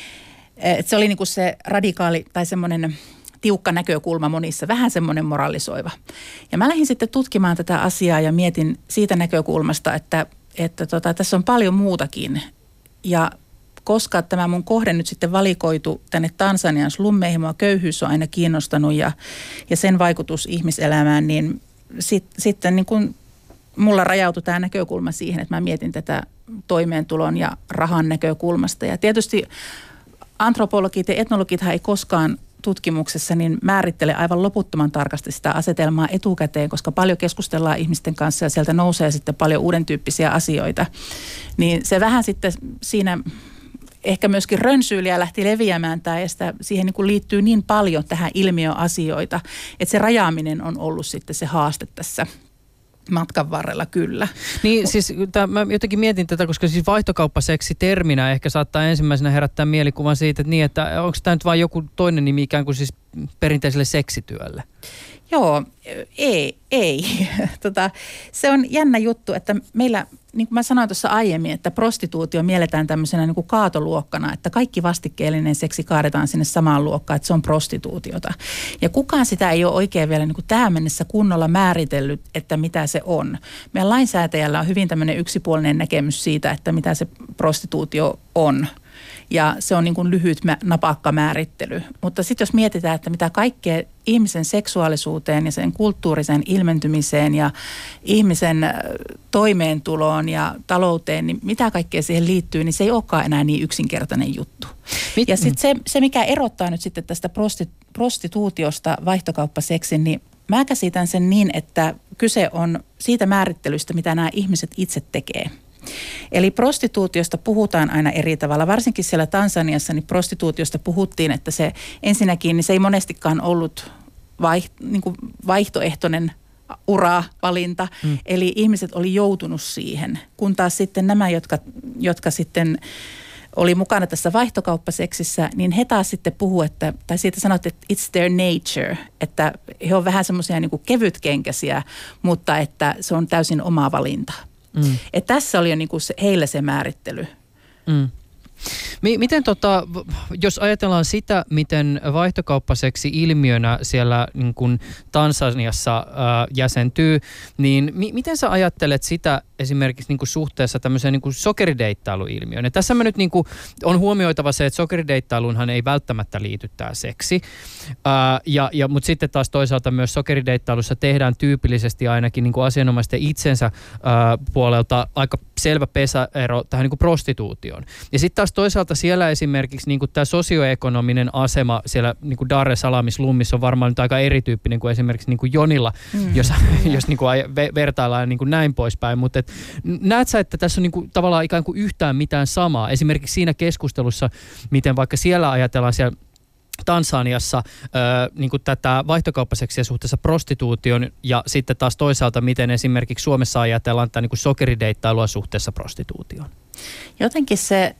Et se oli niin kuin se radikaali tai semmoinen tiukka näkökulma monissa, vähän semmoinen moralisoiva. Ja mä lähdin sitten tutkimaan tätä asiaa ja mietin siitä näkökulmasta, että, että tota, tässä on paljon muutakin. Ja koska tämä mun kohde nyt sitten valikoitu tänne Tansanian slummeihin, mua köyhyys on aina kiinnostanut ja, ja sen vaikutus ihmiselämään, niin sit, sitten niin kun mulla rajautui tämä näkökulma siihen, että mä mietin tätä toimeentulon ja rahan näkökulmasta. Ja tietysti antropologit ja etnologithan ei koskaan tutkimuksessa niin määrittele aivan loputtoman tarkasti sitä asetelmaa etukäteen, koska paljon keskustellaan ihmisten kanssa ja sieltä nousee sitten paljon uuden tyyppisiä asioita. Niin se vähän sitten siinä ehkä myöskin rönsyyliä lähti leviämään tai ja sitä, siihen niin kuin liittyy niin paljon tähän ilmiöasioita, että se rajaaminen on ollut sitten se haaste tässä matkan varrella kyllä. Niin siis tää, mä jotenkin mietin tätä, koska siis vaihtokauppaseksi terminä ehkä saattaa ensimmäisenä herättää mielikuvan siitä, että niin, että onko tämä nyt vain joku toinen nimi ikään kuin siis perinteiselle seksityölle? Joo, ei, ei. Tota, se on jännä juttu, että meillä, niin kuin mä sanoin tuossa aiemmin, että prostituutio mielletään tämmöisenä niin kuin kaatoluokkana, että kaikki vastikkeellinen seksi kaadetaan sinne samaan luokkaan, että se on prostituutiota. Ja kukaan sitä ei ole oikein vielä niin kuin tähän mennessä kunnolla määritellyt, että mitä se on. Meidän lainsäätäjällä on hyvin tämmöinen yksipuolinen näkemys siitä, että mitä se prostituutio on. Ja se on niin kuin lyhyt napakka määrittely. Mutta sitten jos mietitään, että mitä kaikkea ihmisen seksuaalisuuteen ja sen kulttuuriseen ilmentymiseen ja ihmisen toimeentuloon ja talouteen, niin mitä kaikkea siihen liittyy, niin se ei olekaan enää niin yksinkertainen juttu. Mit? Ja sitten se, se, mikä erottaa nyt sitten tästä prostituutiosta vaihtokauppaseksin, niin mä käsitän sen niin, että kyse on siitä määrittelystä, mitä nämä ihmiset itse tekee. Eli prostituutiosta puhutaan aina eri tavalla. Varsinkin siellä Tansaniassa niin prostituutiosta puhuttiin, että se ensinnäkin niin se ei monestikaan ollut vaiht, niin kuin vaihtoehtoinen uravalinta. Mm. Eli ihmiset oli joutunut siihen, kun taas sitten nämä, jotka, jotka sitten oli mukana tässä vaihtokauppaseksissä, niin he taas sitten puhuu, että, tai siitä sanottiin, että it's their nature, että he on vähän semmoisia niin kuin kevytkenkäisiä, mutta että se on täysin oma valinta. Mm. Että tässä oli jo niinku se, heille se määrittely. Mm. Miten tota, jos ajatellaan sitä, miten vaihtokauppaseksi ilmiönä siellä niin kuin Tansaniassa ää, jäsentyy, niin mi- miten sä ajattelet sitä esimerkiksi niin kuin suhteessa tämmöiseen niin kuin sokerideittailuilmiöön? Ja tässä mä nyt niin kuin, on huomioitava se, että sokerideittailuunhan ei välttämättä liity tämä seksi, ää, ja, ja, mutta sitten taas toisaalta myös sokerideittailussa tehdään tyypillisesti ainakin niin kuin asianomaisten itsensä ää, puolelta aika selvä pesäero tähän niin kuin prostituutioon. Ja sitten taas toisaalta siellä esimerkiksi niin kuin tämä sosioekonominen asema siellä niin kuin Dar es Salamin slummissa on varmaan nyt aika erityyppinen kuin esimerkiksi niin kuin Jonilla, mm. jos, jos niin kuin vertaillaan niin kuin näin poispäin. Mutta näet sä, että tässä on niin kuin tavallaan ikään kuin yhtään mitään samaa? Esimerkiksi siinä keskustelussa, miten vaikka siellä ajatellaan siellä Tansaniassa ö, niin kuin tätä vaihtokauppaseksiä suhteessa prostituution ja sitten taas toisaalta, miten esimerkiksi Suomessa ajatellaan tätä niin kuin sokerideittailua suhteessa prostituutioon? Jotenkin se,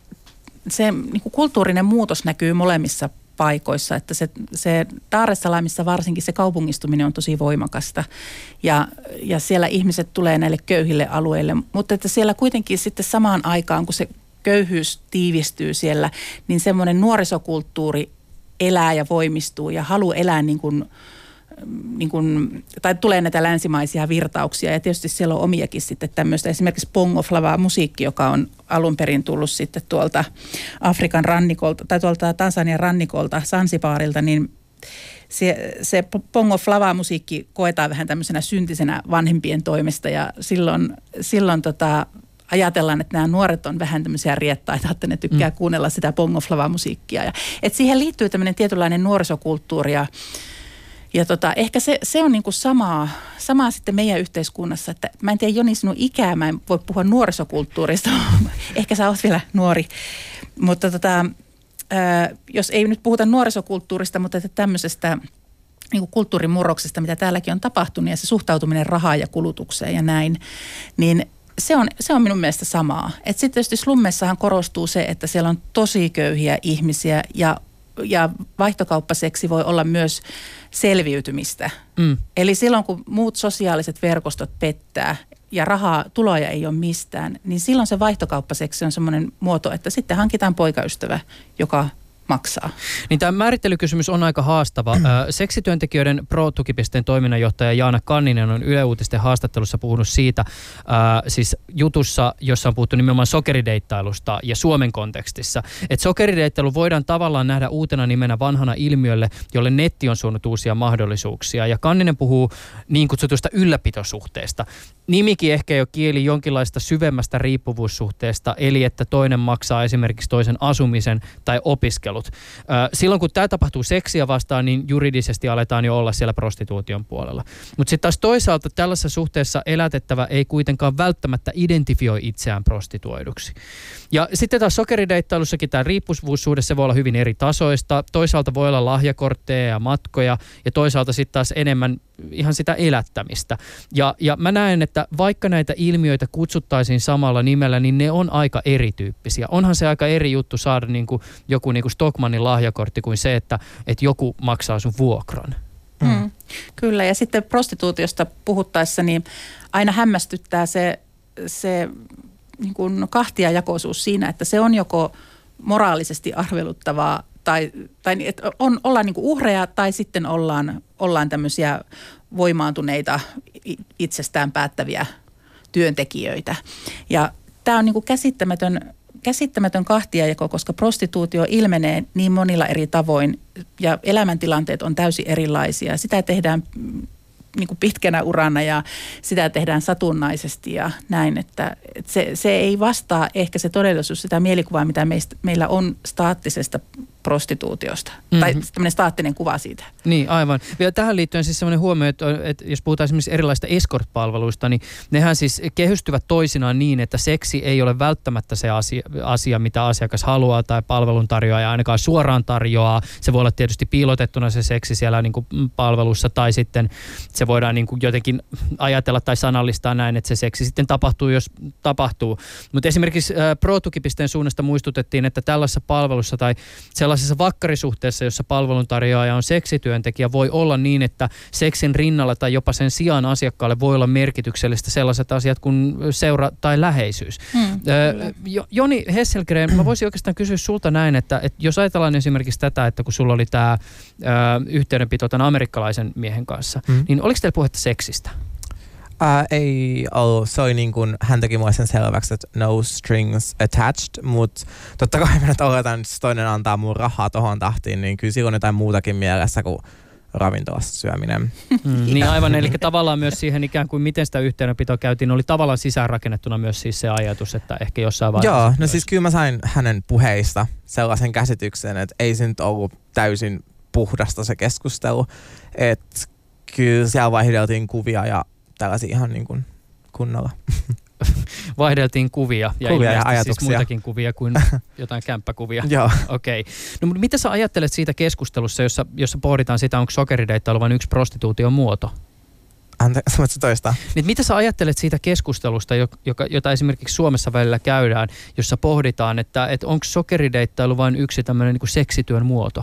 se niin kuin kulttuurinen muutos näkyy molemmissa paikoissa, että se, se Dar es Salaamissa varsinkin se kaupungistuminen on tosi voimakasta ja, ja siellä ihmiset tulee näille köyhille alueille, mutta että siellä kuitenkin sitten samaan aikaan, kun se köyhyys tiivistyy siellä, niin semmoinen nuorisokulttuuri elää ja voimistuu ja halu elää niin kuin, niin kuin, tai tulee näitä länsimaisia virtauksia ja tietysti siellä on omiakin sitten tämmöistä esimerkiksi pongoflavaa musiikki, joka on alun perin tullut sitten tuolta Afrikan rannikolta tai tuolta Tansanian rannikolta Zanzibarilta, niin se, se pongoflavaa musiikki koetaan vähän tämmöisenä syntisenä vanhempien toimesta ja silloin, silloin tota, ajatellaan, että nämä nuoret on vähän tämmöisiä riettaita, että ne tykkää mm. kuunnella sitä pongoflavaa musiikkia. Ja, et siihen liittyy tämmöinen tietynlainen nuorisokulttuuri ja Ja tota, ehkä se, se on niinku samaa, samaa sitten meidän yhteiskunnassa, että mä en tiedä Joni sinun ikää, mä en voi puhua nuorisokulttuurista, ehkä sä oot vielä nuori, mutta tota, ää, jos ei nyt puhuta nuorisokulttuurista, mutta että tämmöisestä niinku kulttuurimurroksesta, mitä täälläkin on tapahtunut ja se suhtautuminen rahaan ja kulutukseen ja näin, niin se on, se on minun mielestä samaa. Että sitten tietysti slummeissahan korostuu se, että siellä on tosi köyhiä ihmisiä ja Ja vaihtokauppaseksi voi olla myös selviytymistä. Mm. Eli silloin, kun muut sosiaaliset verkostot pettää ja rahaa, tuloja ei ole mistään, niin silloin se vaihtokauppaseksi on semmoinen muoto, että sitten hankitaan poikaystävä, joka maksaa. Niin tämä määrittelykysymys on aika haastava. Seksityöntekijöiden Pro-tukipisteen toiminnanjohtaja Jaana Kanninen on Yle Uutisten haastattelussa puhunut siitä, ää, siis jutussa, jossa on puhuttu nimenomaan sokerideittailusta ja Suomen kontekstissa. Että sokerideittailu voidaan tavallaan nähdä uutena nimenä vanhana ilmiölle, jolle netti on suonut uusia mahdollisuuksia. Ja Kanninen puhuu niin kutsutusta ylläpitosuhteesta. Nimikin ehkä jo kieli jonkinlaista syvemmästä riippuvuussuhteesta, eli että toinen maksaa esimerkiksi toisen asumisen tai opiskelut. Silloin kun tämä tapahtuu seksiä vastaan, niin juridisesti aletaan jo olla siellä prostituution puolella. Mutta sitten taas toisaalta tällaisessa suhteessa elätettävä ei kuitenkaan välttämättä identifioi itseään prostituoiduksi. Ja sitten taas sokerideittailussakin tämä riippuvuussuhde, se voi olla hyvin eri tasoista. Toisaalta voi olla lahjakortteja ja matkoja ja toisaalta sitten taas enemmän ihan sitä elättämistä. Ja, ja mä näen, että vaikka näitä ilmiöitä kutsuttaisiin samalla nimellä, niin ne on aika erityyppisiä. Onhan se aika eri juttu saada niin kuin joku niin kuin Stockmannin lahjakortti kuin se, että, että joku maksaa sun vuokran. Mm. Mm. Kyllä, ja sitten prostituutiosta puhuttaessa niin aina hämmästyttää se, se niin kuin kahtiajakoisuus siinä, että se on joko moraalisesti arveluttavaa tai, tai että on, ollaan niin kuin uhreja tai sitten ollaan, ollaan tämmöisiä voimaantuneita itsestään päättäviä työntekijöitä. Ja tämä on niin kuin käsittämätön, käsittämätön kahtiajako, koska prostituutio ilmenee niin monilla eri tavoin ja elämäntilanteet on täysin erilaisia. Sitä tehdään niin kuin pitkänä urana ja sitä tehdään satunnaisesti ja näin, että, että se, se ei vastaa ehkä se todellisuus sitä mielikuvaa, mitä meistä, meillä on staattisesta prostituutiosta. Mm-hmm. Tai tämmöinen staattinen kuva siitä. Niin, aivan. Vielä tähän liittyen siis semmoinen huomio, että, että jos puhutaan esimerkiksi erilaisista escort-palveluista, niin nehän siis kehystyvät toisinaan niin, että seksi ei ole välttämättä se asia, asia mitä asiakas haluaa tai palveluntarjoaja ainakaan suoraan tarjoaa. Se voi olla tietysti piilotettuna se seksi siellä niin kuin palvelussa tai sitten se voidaan niin kuin jotenkin ajatella tai sanallistaa näin, että se seksi sitten tapahtuu, jos tapahtuu. Mutta esimerkiksi äh, Pro-tukipisteen suunnasta muistutettiin, että tällaisessa palvelussa tai sellaisessa vakkarisuhteessa, jossa palveluntarjoaja on seksityöntekijä, voi olla niin, että seksin rinnalla tai jopa sen sijaan asiakkaalle voi olla merkityksellistä sellaiset asiat kuin seura tai läheisyys. Hmm, äh, Joni Hesselgren, mä voisin oikeastaan kysyä sulta näin, että, että jos ajatellaan esimerkiksi tätä, että kun sulla oli tämä äh, yhteydenpito tämän amerikkalaisen miehen kanssa, hmm. niin oliko teillä puhetta seksistä? Uh, ei ollut. Se oli niin kuin, hän teki mulle sen selväksi, että no strings attached, mutta totta kai mä nyt oletan, että jos toinen antaa mun rahaa tohon tahtiin, niin kyllä silloin jotain muutakin mielessä kuin ravintolassa syöminen. Mm, niin aivan, eli tavallaan myös siihen ikään kuin miten sitä yhteydenpitoa käytiin, oli tavallaan sisäänrakennettuna myös siis se ajatus, että ehkä jossain vaiheessa... Joo, no siis kyllä mä sain hänen puheista sellaisen käsityksen, että ei se nyt ollut täysin puhdasta se keskustelu, että kyllä siellä vaihdeltiin kuvia ja tällaisia ihan niin kuin kunnolla. Vaihdeltiin kuvia ja, kuvia ja ilmeisesti ajatuksia. Siis muitakin kuvia kuin jotain kämppäkuvia. Joo. Okei. Okay. No mutta mitä sä ajattelet siitä keskustelussa, jossa, jossa pohditaan sitä, onko sokerideittailu vain yksi prostituution muoto? Anteeksi, voitko toistaa? Niin, mitä sä ajattelet siitä keskustelusta, joka, jota esimerkiksi Suomessa välillä käydään, jossa pohditaan, että, että onko sokerideittailu vain yksi tämmöinen niin kuin seksityön muoto?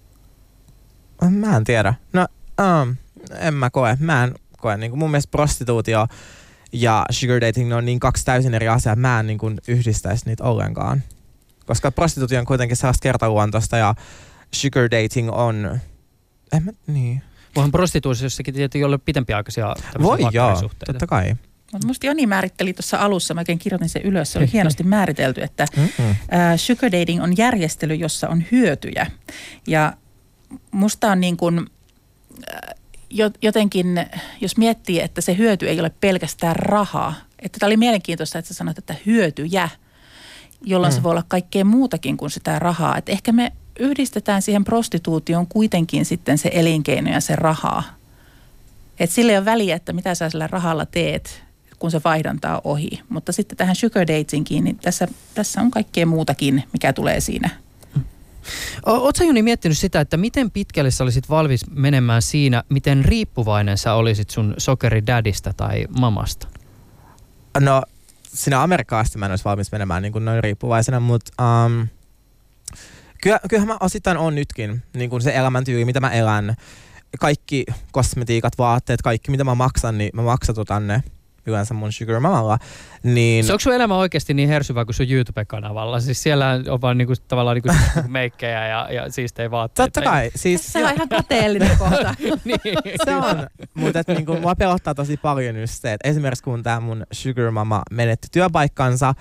Mä en tiedä. No, um, en mä koe. Mä en koe. Niin kuin mun mielestä prostituutio ja sugar dating ne on niin kaksi täysin eri asiaa, että mä en niin kuin yhdistäisi niitä ollenkaan. Koska prostituutio on kuitenkin sellaista kertaluontoista ja sugar dating on... En mä, niin. Voihan prostituutiossa jossakin tietysti olla pitempiaikaisia Voi joo, totta kai. Musta Joni määritteli tuossa alussa, mä oikein kirjoitin sen ylös, se oli hienosti määritelty, että mm-hmm. sugar dating on järjestely, jossa on hyötyjä. Ja musta on niin kuin... Jotenkin, jos miettii, että se hyöty ei ole pelkästään rahaa, että tämä oli mielenkiintoista, että sä sanoit, että hyötyjä, jolloin mm. se voi olla kaikkea muutakin kuin sitä rahaa. Että ehkä me yhdistetään siihen prostituutioon kuitenkin sitten se elinkeino ja se raha. Että sillä ei ole väliä, että mitä sä sillä rahalla teet, kun se vaihdanta on ohi. Mutta sitten tähän sugar datingiin, niin tässä, tässä on kaikkea muutakin, mikä tulee siinä. Ootko Joni miettinyt sitä, että miten pitkälle sä olisit valmis menemään siinä, miten riippuvainen sä olisit sun sokeridadista tai mamasta? No, siinä Amerikasta mä en olisi valmis menemään niin kuin noin riippuvaisena, mutta um, kyllä, kyllähän mä osittain on nytkin, niin kuin se elämäntyyli, mitä mä elän. Kaikki kosmetiikat, vaatteet, kaikki mitä mä maksan, niin mä maksatutan ne yleensä mun sugar mamalla. Niin... Se onko sun elämä oikeasti niin hersyvä kuin sun YouTube-kanavalla? Siis siellä on vaan niinku, tavallaan niinku meikkejä ja, ja siistejä vaatteita. Totta kai. Siis, se on ihan kateellinen kohta. Niin. Se on, mutta niinku, mua pelottaa tosi paljon just se, että esimerkiksi kun tää mun sugar mama menetti työpaikkansa,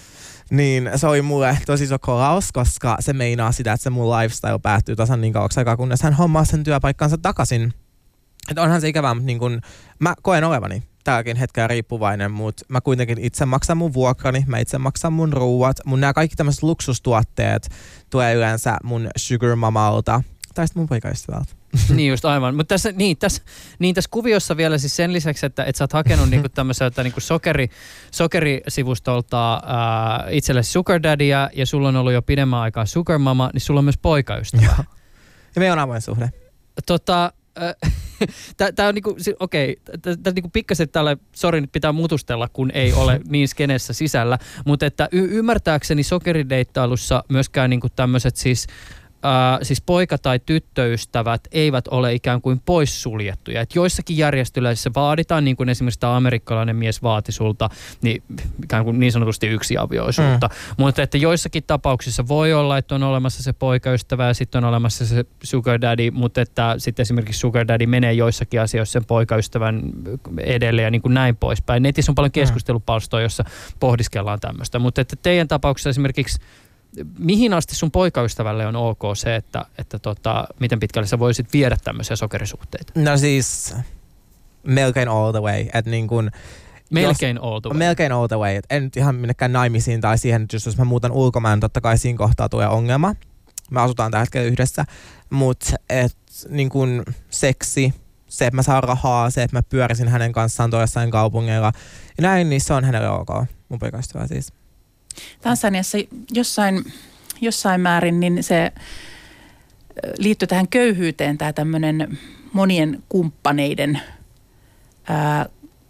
niin se oli mulle tosi iso kolaus, koska se meinaa sitä, että se mun lifestyle päättyy tasan niin kauaksi aikaa, kunnes hän hommaa sen työpaikkansa takaisin. Että onhan se ikävää, mutta niin kun, mä koen olevani tälläkin hetkellä riippuvainen, mutta mä kuitenkin itse maksan mun vuokrani, mä itse maksan mun ruuat, mun nämä kaikki tämmöiset luksustuotteet tulee yleensä mun sugar mamalta tai sitten mun poikaystävältä. Niin just aivan. Mutta tässä, niin, tässä, niin tässä kuviossa vielä siis sen lisäksi, että, että sä oot hakenut niinku tämmöiseltä niinku sokeri, sokerisivustolta ää, itsellesi sugar daddyä ja sulla on ollut jo pidemmän aikaa sugar mama, niin sulla on myös poikaystävä. Ja meillä on avoin suhde. Tota, Tämä on niinku, okei, tämä niinku pikkasen tällä, sori nyt pitää mutustella, kun ei ole niin skenessä sisällä, mutta että y- ymmärtääkseni sokerideittailussa myöskään niinku tämmöiset siis, äh, siis poika- tai tyttöystävät eivät ole ikään kuin poissuljettuja. Et joissakin järjestöissä vaaditaan, niin kuin esimerkiksi tämä amerikkalainen mies vaati sulta, niin ikään kuin niin sanotusti yksiavioisuutta. Mm. Mutta että joissakin tapauksissa voi olla, että on olemassa se poikaystävä ja sitten on olemassa se sugar daddy, mutta että sitten esimerkiksi sugar daddy menee joissakin asioissa sen poikaystävän edelle ja niin kuin näin poispäin. Netissä on paljon keskustelupalstoja, jossa pohdiskellaan tämmöistä, mutta että teidän tapauksessa esimerkiksi mihin asti sun poikaystävälle on ok se, että, että tota, miten pitkälle sä voisit viedä tämmöisiä sokerisuhteita? No siis melkein all the way. Et niin kun, melkein jos, all the way? Melkein all the way. Et en nyt ihan minnekään naimisiin tai siihen, että jos mä muutan ulkomaan, totta kai siinä kohtaa tulee ongelma. Me asutaan tällä hetkellä yhdessä. Mutta niin kun seksi, se, että mä saan rahaa, se, että mä pyörisin hänen kanssaan toissain kaupungilla. Ja näin, niin se on hänelle ok. Mun poikaystävä siis. Tansaniassa jossain, jossain määrin niin se liittyy tähän köyhyyteen, tämä tämmöinen monien kumppaneiden ää,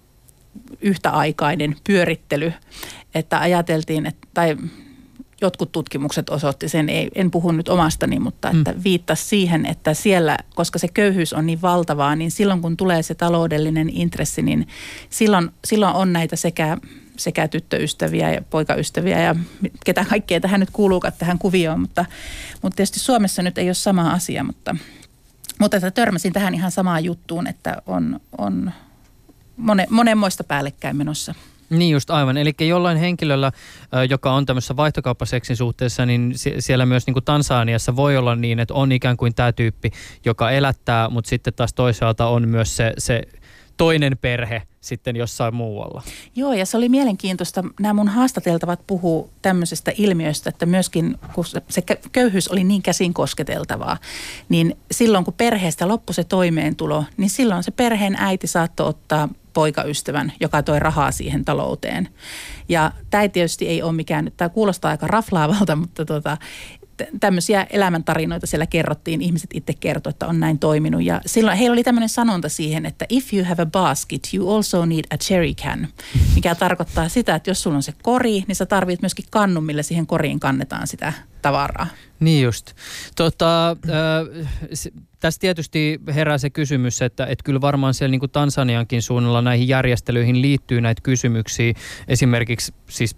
yhtäaikainen pyörittely, että ajateltiin, että, tai jotkut tutkimukset osoitti sen, ei, en puhu nyt omastani, mutta että viittasi siihen, että siellä, koska se köyhyys on niin valtavaa, niin silloin kun tulee se taloudellinen intressi, niin silloin, silloin on näitä sekä sekä tyttöystäviä ja poikaystäviä ja ketä kaikkea tähän nyt kuuluukaan tähän kuvioon, mutta, mutta tietysti Suomessa nyt ei ole sama asia, mutta, mutta että törmäsin tähän ihan samaan juttuun, että on, on monen, monenmoista päällekkäin menossa. Niin just aivan. Eli jollain henkilöllä, joka on tämmöisessä vaihtokauppaseksin suhteessa, niin siellä myös niin kuin Tansaniassa voi olla niin, että on ikään kuin tämä tyyppi, joka elättää, mutta sitten taas toisaalta on myös se, se toinen perhe sitten jossain muualla. Joo, ja se oli mielenkiintoista. Nämä mun haastateltavat puhuu tämmöisestä ilmiöstä, että myöskin kun se köyhyys oli niin käsin kosketeltavaa, niin silloin kun perheestä loppui se toimeentulo, niin silloin se perheen äiti saattoi ottaa poikaystävän, joka toi rahaa siihen talouteen. Ja tämä tietysti ei ole mikään, tämä kuulostaa aika raflaavalta, mutta tota, tämmöisiä elämäntarinoita siellä kerrottiin, ihmiset itse kertoi, että on näin toiminut. Ja silloin heillä oli tämmöinen sanonta siihen, että if you have a basket, you also need a cherry can, mikä tarkoittaa sitä, että jos sulla on se kori, niin sä tarvitset myöskin kannun, millä siihen koriin kannetaan sitä tavaraa. Niin just. Tota, äh, tässä tietysti herää se kysymys, että et kyllä varmaan siellä niin kuin Tansaniankin suunnalla näihin järjestelyihin liittyy näitä kysymyksiä esimerkiksi siis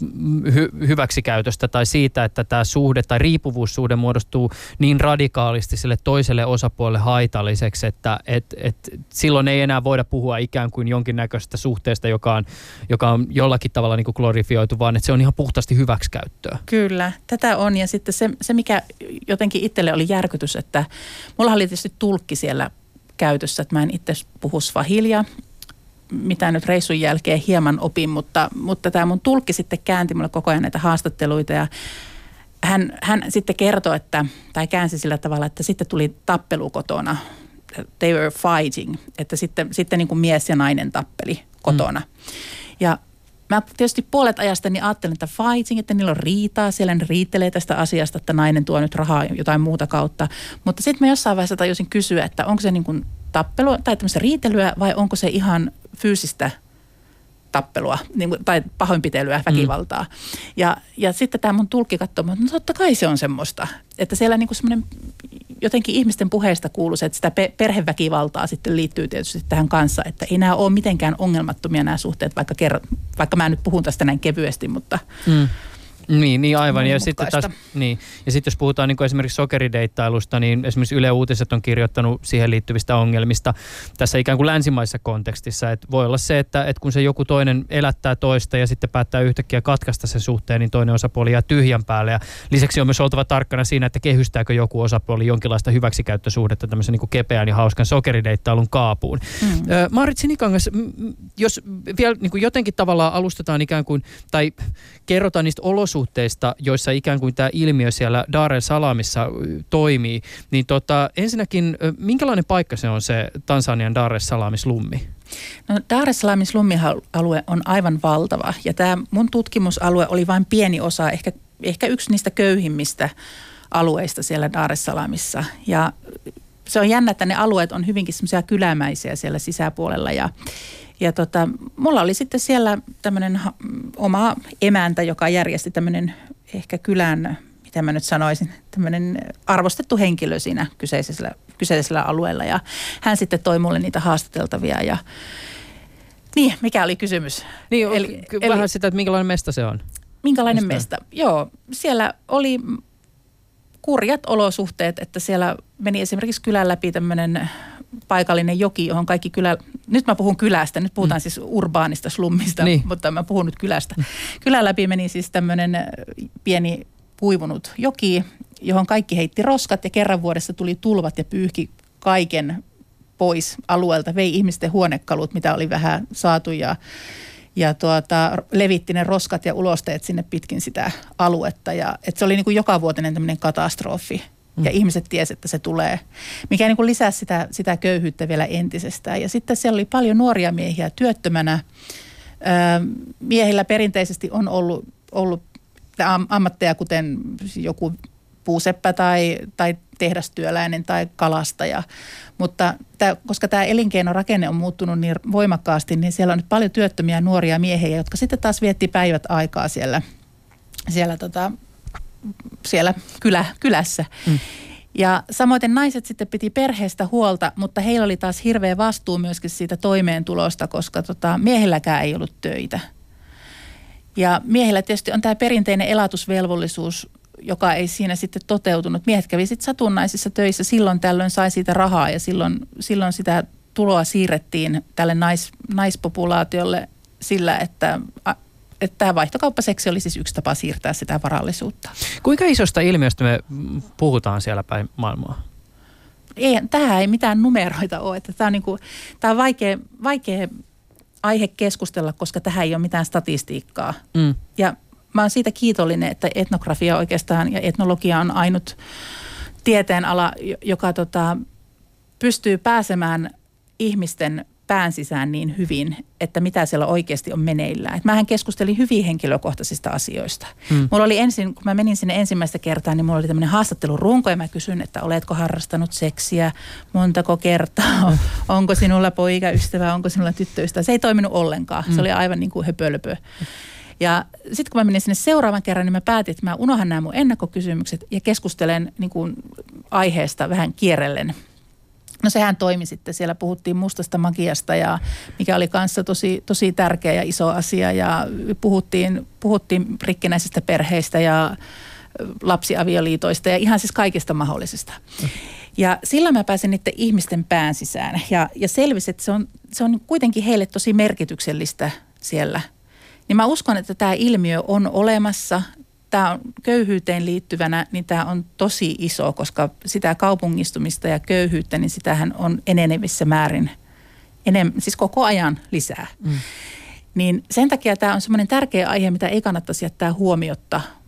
hy- hyväksikäytöstä tai siitä, että tämä suhde tai riippuvuussuhde muodostuu niin radikaalisti sille toiselle osapuolelle haitalliseksi, että et, et silloin ei enää voida puhua ikään kuin jonkinnäköisestä suhteesta, joka on, joka on jollakin tavalla niin kuin glorifioitu, vaan että se on ihan puhtaasti hyväksikäyttöä. Kyllä, tätä on ja sitten se, se mikä jotenkin itselle oli järkytys, että mulla oli tietysti tulkki siellä käytössä, että mä en itse puhu swahilia, mitä nyt reissun jälkeen hieman opin, mutta, mutta tämä mun tulkki sitten käänti mulle koko ajan näitä haastatteluita ja hän, hän sitten kertoi, että, tai käänsi sillä tavalla, että sitten tuli tappelu kotona. They were fighting, että sitten, sitten niin kuin mies ja nainen tappeli kotona. Mm. Ja mä tietysti puolet ajasta niin ajattelin, että fighting, että niillä on riitaa, siellä ne riitelee tästä asiasta, että nainen tuo nyt rahaa jotain muuta kautta. Mutta sitten mä jossain vaiheessa tajusin kysyä, että onko se niin kuin tappelua tai tämmöistä riitelyä vai onko se ihan fyysistä tappelua niin kuin, tai pahoinpitelyä, väkivaltaa. Mm. Ja, ja sitten tämä mun tulkki katsoi, että no totta kai se on semmoista, että siellä niin kuin semmoinen jotenkin ihmisten puheista kuuluu se, että sitä perheväkivaltaa sitten liittyy tietysti tähän kanssa, että ei nämä ole mitenkään ongelmattomia nämä suhteet, vaikka, kerro, vaikka mä nyt puhun tästä näin kevyesti, mutta... Mm. Niin, niin aivan. Ja sitten, taas, niin. ja sitten jos puhutaan niin kuin esimerkiksi sokerideittailusta, niin esimerkiksi Yle Uutiset on kirjoittanut siihen liittyvistä ongelmista tässä ikään kuin länsimaisessa kontekstissa. Että voi olla se, että, että kun se joku toinen elättää toista ja sitten päättää yhtäkkiä katkaista sen suhteen, niin toinen osapuoli jää tyhjän päälle. Ja lisäksi on myös oltava tarkkana siinä, että kehystääkö joku osapuoli jonkinlaista hyväksikäyttösuhdetta tämmöisen niin kuin kepeän ja hauskan sokerideittailun kaapuun. Mm. Maarit Sinikangas, jos vielä niin kuin jotenkin tavallaan alustetaan ikään kuin, tai kerrotaan niistä olosuhteista, suhteista, joissa ikään kuin tämä ilmiö siellä Dar es Salaamissa toimii, niin tota, ensinnäkin minkälainen paikka se on se Tansanian Dar es Salaam slummi? No, Dar es Salaam slummialue on aivan valtava ja tämä mun tutkimusalue oli vain pieni osa, ehkä, ehkä yksi niistä köyhimmistä alueista siellä Dar es Salaamissa ja se on jännä, että ne alueet on hyvinkin semmoisia kylämäisiä siellä sisäpuolella ja Ja tota, mulla oli sitten siellä tämmöinen oma emäntä, joka järjesti tämmöinen ehkä kylän, mitä mä nyt sanoisin, tämmöinen arvostettu henkilö siinä kyseisellä, kyseisellä alueella. Ja hän sitten toi mulle niitä haastateltavia ja niin, mikä oli kysymys? Niin, eli, vähän eli, sitä, että minkälainen mesta se on. Minkälainen mesta? mesta? Joo, siellä oli kurjat olosuhteet, että siellä meni esimerkiksi kylän läpi tämmöinen paikallinen joki, johon kaikki kylä... Nyt mä puhun kylästä, nyt puhutaan mm. siis urbaanista slummista, niin. Mutta mä puhun nyt kylästä. Kylän läpi meni siis tämmöinen pieni kuivunut joki, johon kaikki heitti roskat ja kerran vuodessa tuli tulvat ja pyyhki kaiken pois alueelta. Vei ihmisten huonekalut, mitä oli vähän saatu ja, ja tuota, levitti ne roskat ja ulosteet sinne pitkin sitä aluetta. Ja, et se oli niin kuin jokavuotinen tämmöinen katastrofi. Ja mm. ihmiset tiesi, että se tulee, mikä niin kuin lisäsi sitä, sitä köyhyyttä vielä entisestään. Ja sitten siellä oli paljon nuoria miehiä työttömänä. Öö, miehillä perinteisesti on ollut, ollut ammatteja, kuten joku puuseppä tai, tai tehdastyöläinen tai kalastaja. Mutta tämä, koska tämä elinkeinorakenne on muuttunut niin voimakkaasti, niin siellä on nyt paljon työttömiä nuoria miehiä, jotka sitten taas vietti päivät aikaa siellä, siellä tota, siellä kylä, kylässä. Mm. Ja samoin naiset sitten piti perheestä huolta, mutta heillä oli taas hirveä vastuu myöskin siitä toimeentulosta, koska tota, miehilläkään ei ollut töitä. Ja miehillä tietysti on tämä perinteinen elatusvelvollisuus, joka ei siinä sitten toteutunut. Miehet kävi sitten satunnaisissa töissä, silloin tällöin sai siitä rahaa ja silloin, silloin sitä tuloa siirrettiin tälle nais, naispopulaatiolle sillä, että... Että tämä vaihtokauppaseksi oli siis yksi tapa siirtää sitä varallisuutta. Kuinka isosta ilmiöstä me puhutaan siellä päin maailmaa? Ei, tähän ei mitään numeroita ole. Että tämä on, niin kuin, tämä on vaikea, vaikea aihe keskustella, koska tähän ei ole mitään statistiikkaa. Mm. Ja mä oon siitä kiitollinen, että etnografia oikeastaan ja etnologia on ainut tieteenala, joka tota, pystyy pääsemään ihmisten pään sisään niin hyvin, että mitä siellä oikeasti on meneillään. Et mähän keskustelin hyvin henkilökohtaisista asioista. Hmm. Mulla oli ensin, kun mä menin sinne ensimmäistä kertaa, niin mulla oli tämmöinen haastattelurunko ja mä kysyin, että oletko harrastanut seksiä montako kertaa, onko sinulla poikaystävä, onko sinulla tyttöystävä. Se ei toiminut ollenkaan. Hmm. Se oli aivan niin kuin höpölöpö. Ja sitten kun mä menin sinne seuraavan kerran, niin mä päätin, että mä unohan nämä mun ennakkokysymykset ja keskustelen niin kuin aiheesta vähän kierrellen. No sehän toimi sitten. Siellä puhuttiin mustasta magiasta, ja mikä oli kanssa tosi, tosi tärkeä ja iso asia. Ja puhuttiin, puhuttiin rikkinäisistä perheistä ja lapsiavioliitoista ja ihan siis kaikista mahdollisista. Ja sillä mä pääsin niiden ihmisten pään sisään. Ja, ja selvisi, että se on, se on kuitenkin heille tosi merkityksellistä siellä. Niin mä uskon, että tämä ilmiö on olemassa. Tämä on köyhyyteen liittyvänä, niin tämä on tosi iso, koska sitä kaupungistumista ja köyhyyttä, niin sitähän on enenevissä määrin, enem, siis koko ajan lisää. Mm. Niin sen takia tämä on semmoinen tärkeä aihe, mitä ei kannattaisi jättää huomiotta,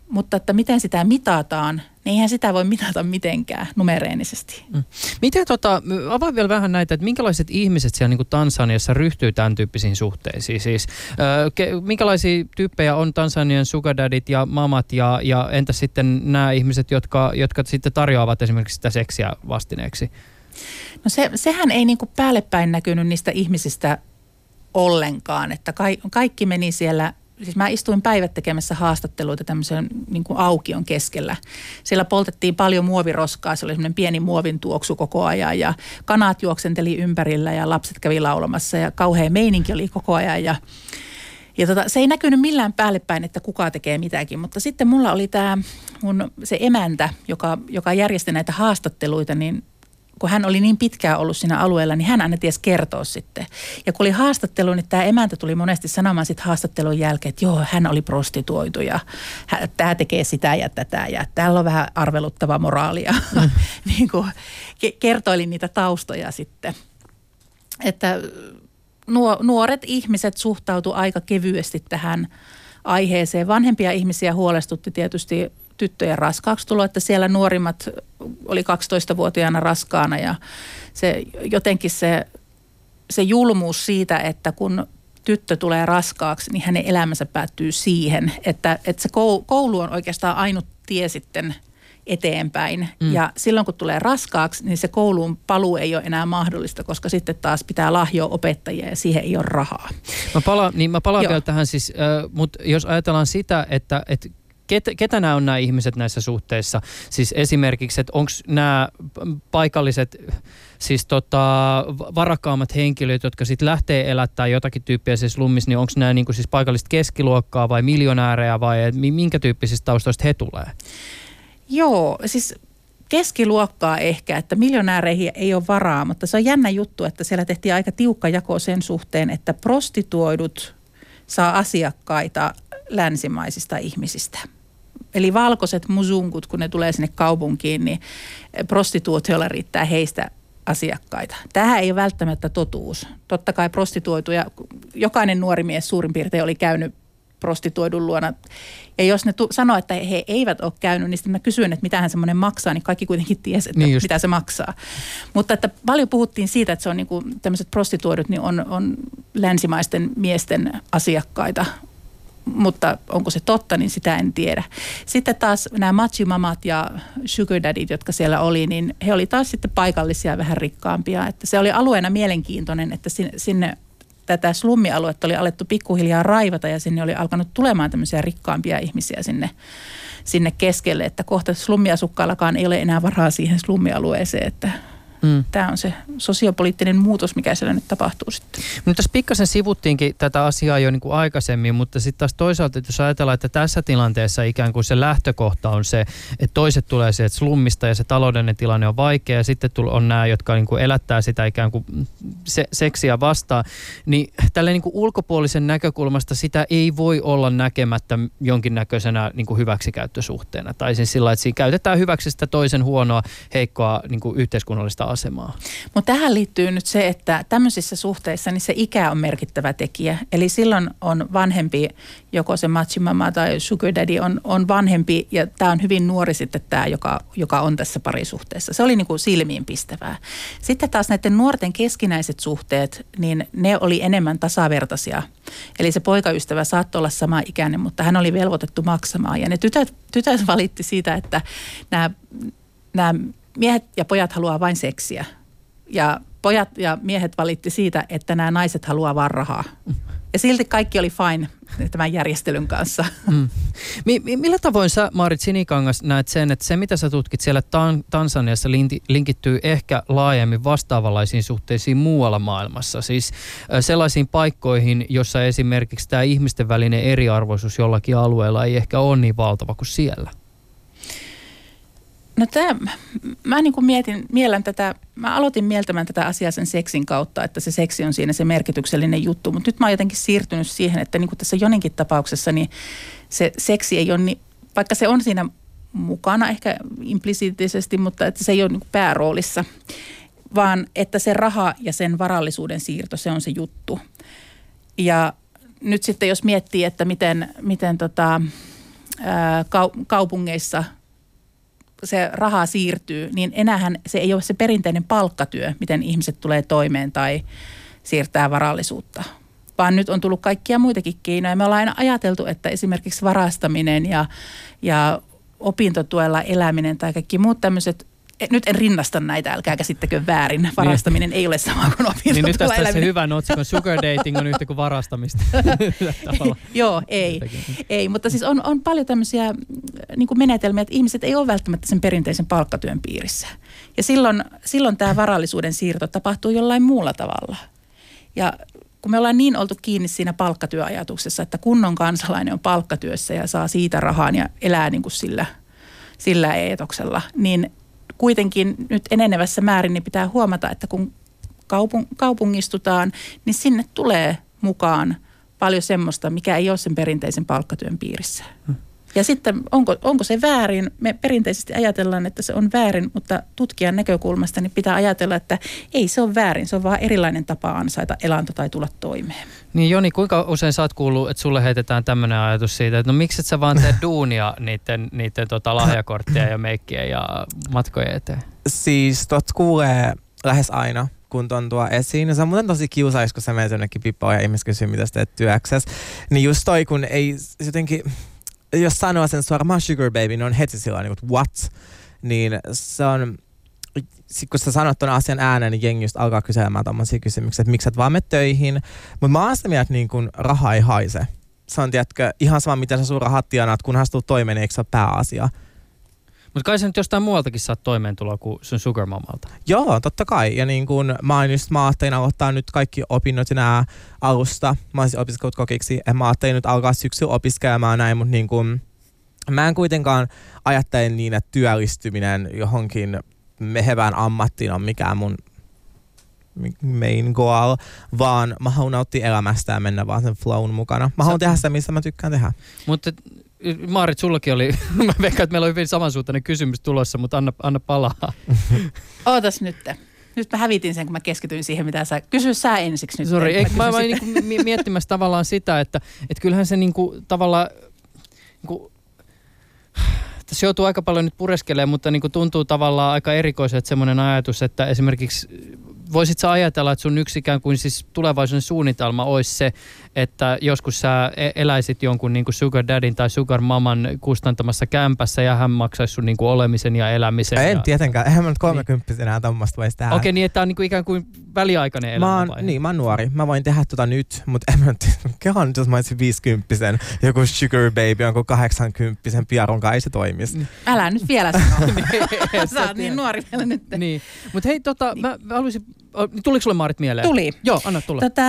mutta että miten sitä mitataan, niin eihän sitä voi mitata mitenkään numereenisesti. Mm. Miten tota, avaa vielä vähän näitä, että minkälaiset ihmiset siellä niin kuin Tansaniassa ryhtyy tämän tyyppisiin suhteisiin? Siis, ö, ke, minkälaisia tyyppejä on Tansanian sugar daddit ja mamat ja, ja entä sitten nämä ihmiset, jotka, jotka sitten tarjoavat esimerkiksi sitä seksiä vastineeksi? No se, sehän ei niin kuin päälle päin näkynyt niistä ihmisistä ollenkaan, että ka, kaikki meni siellä. Siis mä istuin päivät tekemässä haastatteluita tämmöisen niin kuin aukion keskellä. Siellä poltettiin paljon muoviroskaa, se oli semmoinen pieni muovin tuoksu koko ajan ja kanat juoksenteli ympärillä ja lapset kävi laulamassa ja kauhea meininki oli koko ajan. Ja, ja tota, se ei näkynyt millään päälle päin, että kuka tekee mitäkin, mutta sitten mulla oli tämä mun se emäntä, joka, joka järjesti näitä haastatteluita, niin kun hän oli niin pitkään ollut siinä alueella, niin hän aina ties kertoa sitten. Ja kun oli haastattelu, niin tämä emäntä tuli monesti sanomaan sitten haastattelun jälkeen, että joo, hän oli prostituoitu ja tämä tekee sitä ja tätä ja täällä on vähän arveluttava moraalia. Mm. niin kuin kertoilin niitä taustoja sitten. Että nuoret ihmiset suhtautu aika kevyesti tähän aiheeseen. Vanhempia ihmisiä huolestutti tietysti tyttöjen raskaaksi tulo, että siellä nuorimmat oli kaksitoistavuotiaana raskaana ja se jotenkin se, se julmuus siitä, että kun tyttö tulee raskaaksi, niin hänen elämänsä päättyy siihen, että, että se koulu on oikeastaan ainut tie sitten eteenpäin. Mm. Ja silloin kun tulee raskaaksi, niin se kouluun paluu ei ole enää mahdollista, koska sitten taas pitää lahjoa opettajia ja siihen ei ole rahaa. Mä palaan, niin mä palaan vielä tähän siis, äh, mutta jos ajatellaan sitä, että, että Ketä, ketä nämä on nämä ihmiset näissä suhteissa? Siis esimerkiksi, että onko nämä paikalliset, siis tota, varakkaammat henkilöt, jotka sitten lähtee elättämään jotakin tyyppiä siis slummissa, niin onko nämä niinku siis paikallista keskiluokkaa vai miljonäärejä vai minkä tyyppisistä taustoista he tulee? Joo, siis keskiluokkaa ehkä, että miljonääreihin ei ole varaa, mutta se on jännä juttu, että siellä tehtiin aika tiukka jako sen suhteen, että prostituoidut saa asiakkaita länsimaisista ihmisistä. Eli valkoiset musunkut, kun ne tulee sinne kaupunkiin, niin prostituutiolla riittää heistä asiakkaita. Tämähän ei ole välttämättä totuus. Totta kai prostituoituja, jokainen nuori mies suurin piirtein oli käynyt prostituoidun luona. Ja jos ne tu- sanoo, että he eivät ole käynyt, niin sitten mä kysyin, että mitähän semmoinen maksaa, niin kaikki kuitenkin tiesi, että niin mitä se maksaa. Mutta että paljon puhuttiin siitä, että se on niin kuin tämmöiset prostituoidut, niin on, on länsimaisten miesten asiakkaita. Mutta onko se totta, niin sitä en tiedä. Sitten taas nämä machimamat ja sugar daddit, jotka siellä oli, niin he oli taas sitten paikallisia vähän rikkaampia. Että se oli alueena mielenkiintoinen, että sinne, sinne tätä slummialuetta oli alettu pikkuhiljaa raivata ja sinne oli alkanut tulemaan tämmöisiä rikkaampia ihmisiä sinne, sinne keskelle. Että kohta slummiasukkaillakaan ei ole enää varaa siihen slummialueeseen, että Mm. Tämä on se sosiopoliittinen muutos, mikä siellä nyt tapahtuu sitten. No, tässä pikkasen sivuttiinkin tätä asiaa jo niin kuin aikaisemmin, mutta sitten taas toisaalta, että jos ajatellaan, että tässä tilanteessa ikään kuin se lähtökohta on se, että toiset tulee sieltä slummista ja se taloudellinen tilanne on vaikea ja sitten on nämä, jotka niin kuin elättää sitä ikään kuin se, seksiä vastaan, niin tälleen niin kuin ulkopuolisen näkökulmasta sitä ei voi olla näkemättä jonkinnäköisenä niin kuin hyväksikäyttösuhteena. Tai siis sillä, että siinä käytetään hyväksi sitä toisen huonoa, heikkoa niin kuin yhteiskunnallista asemaa. Mutta tähän liittyy nyt se, että tämmöisissä suhteissa niin se ikä on merkittävä tekijä. Eli silloin on vanhempi, joko se machimama tai sugar daddy on, on vanhempi ja tämä on hyvin nuori sitten tämä, joka, joka on tässä parisuhteessa. Se oli niin kuin silmiinpistävää. Sitten taas näiden nuorten keskinäiset suhteet, niin ne oli enemmän tasavertaisia. Eli se poikaystävä saattoi olla sama ikäinen, mutta hän oli velvoitettu maksamaan. Ja ne tytöt, tytöt valitti siitä, että nämä, nämä miehet ja pojat haluaa vain seksiä. Ja pojat ja miehet valitti siitä, että nämä naiset haluaa vaan rahaa. Ja silti kaikki oli fine tämän järjestelyn kanssa. Mm. Millä tavoin sä, Maarit Sinikangas, näet sen, että se mitä sä tutkit siellä Tan- Tansaniassa linkittyy ehkä laajemmin vastaavanlaisiin suhteisiin muualla maailmassa? Siis sellaisiin paikkoihin, jossa esimerkiksi tämä ihmisten välinen eriarvoisuus jollakin alueella ei ehkä ole niin valtava kuin siellä. No tämä, mä niin kuin mietin, mielen tätä, mä aloitin mieltämään tätä asiaa sen seksin kautta, että se seksi on siinä se merkityksellinen juttu, mutta nyt mä oon jotenkin siirtynyt siihen, että niin kuin tässä Joninkin tapauksessa, niin se seksi ei ole, niin, vaikka se on siinä mukana ehkä implisiittisesti, mutta että se ei ole niin kuin pääroolissa, vaan että se raha ja sen varallisuuden siirto, se on se juttu. Ja nyt sitten jos miettii, että miten, miten tota... ää, kau- kaupungeissa se raha siirtyy, niin enäähän se ei ole se perinteinen palkkatyö, miten ihmiset tulee toimeen tai siirtää varallisuutta. Vaan nyt on tullut kaikkia muitakin keinoja. Me ollaan aina ajateltu, että esimerkiksi varastaminen ja, ja opintotuella eläminen tai kaikki muut tämmöiset, nyt en rinnasta näitä, älkää käsittäkö väärin. Varastaminen niin. ei ole sama kuin opintotuella niin nyt tästä eläminen. Se hyvän otsikon sugar dating on yhtä kuin varastamista. Joo, ei. ei. Mutta siis on, on paljon tämmöisiä niin kuin menetelmiä, että ihmiset ei ole välttämättä sen perinteisen palkkatyön piirissä. Ja silloin, silloin tämä varallisuuden siirto tapahtuu jollain muulla tavalla. Ja kun me ollaan niin oltu kiinni siinä palkkatyöajatuksessa, että kunnon kansalainen on palkkatyössä ja saa siitä rahaa ja elää niin kuin sillä, sillä eetoksella, niin kuitenkin nyt enenevässä määrin niin pitää huomata, että kun kaupung, kaupungistutaan, niin sinne tulee mukaan paljon semmoista, mikä ei ole sen perinteisen palkkatyön piirissä. Hmm. Ja sitten onko, onko se väärin? Me perinteisesti ajatellaan, että se on väärin, mutta tutkijan näkökulmasta niin pitää ajatella, että ei se ole väärin. Se on vaan erilainen tapa ansaita elanto tai tulla toimeen. Niin Joni, kuinka usein sä oot kuullut, että sulle heitetään tämmöinen ajatus siitä, että no miksi et sä vaan tee duunia niiden, niiden tota lahjakorttien ja meikkien ja matkojen eteen? Siis tot kuulee lähes aina, kun ton tuo esiin. Ja se on muuten tosi kiusais, kun sä menet jonnekin pippaan ja ihmiset kysyy, mitä sä teet työksessä. Niin just toi, kun ei jotenkin... Jos sanoo sen suoraan, mä oon sugar baby, niin on heti sillä niin kuin what? Niin se on, sit kun sä sanot ton asian ääneen, niin jengi just alkaa kyselemään tommosia kysymyksiä, että miksi sä et vaan mene töihin. Mutta mä oon sitä mieltä, että niin kun raha ei haise. Se on, tiedätkö, ihan sama, miten sä sun rahat tienaat, kunhan sä tulet toimeen, niin eikö se ole pääasia? Mutta kai sä nyt jostain muualtakin saat toimeentuloa kuin sun sugar mamalta. Joo, totta kai. Ja niin kun mä oon just, mä ajattelin aloittaa nyt kaikki opinnot enää alusta. Mä oon siis opiskellut kokiksi. Ja mä ajattelin nyt alkaa syksyllä opiskelemaan näin, mutta niin kun, mä en kuitenkaan ajattele niin, että työllistyminen johonkin mehevään ammattiin on mikään mun main goal, vaan mä haluan nauttia elämästä ja mennä vaan sen flown mukana. Mä haluan tehdä sitä, mistä mä tykkään tehdä. Mutta Maarit, sullakin oli, mä veikkaan, että meillä on hyvin samansuuntainen kysymys tulossa, mutta anna, anna palaa. Ootas nyt. Nyt mä hävitin sen, kun mä keskityin siihen, mitä sä... Kysy sä ensiksi nyt. Sori, mä, mä, mä niinku miettimässä tavallaan sitä, että, että kyllähän se niinku tavallaan... Niinku, tässä joutuu aika paljon nyt pureskelemaan, mutta niinku tuntuu tavallaan aika erikoiselta semmoinen ajatus, että esimerkiksi... Voisit sä ajatella, että sun yksi ikään kuin siis tulevaisuuden suunnitelma olisi se, että joskus sä eläisit jonkun niin kuin sugar daddyn tai sugar maman kustantamassa kämpässä ja hän maksaisi sun niin kuin olemisen ja elämisen. En ja... tietenkään, eihän mä nyt kolmekymppisenä niin. Tommoista voisi tehdä. Okei, niin että tämä on niin kuin ikään kuin väliaikainen elämä mä oon, vai? Niin, mä oon nuori. Mä voin tehdä tota nyt, mutta en mä nyt, kehoan nyt, jos mä olisin viisikymppisen, joku sugar baby, jonkun kahdeksankymppisen piarunkaan, ei se toimisi. Älä nyt vielä sano. Sä oot niin nuori vielä nyt. Niin, mutta hei, tota, niin. mä, mä haluaisin... Tuliko sulle Maarit mieleen? Tuli. Joo, anna tulla. Tota,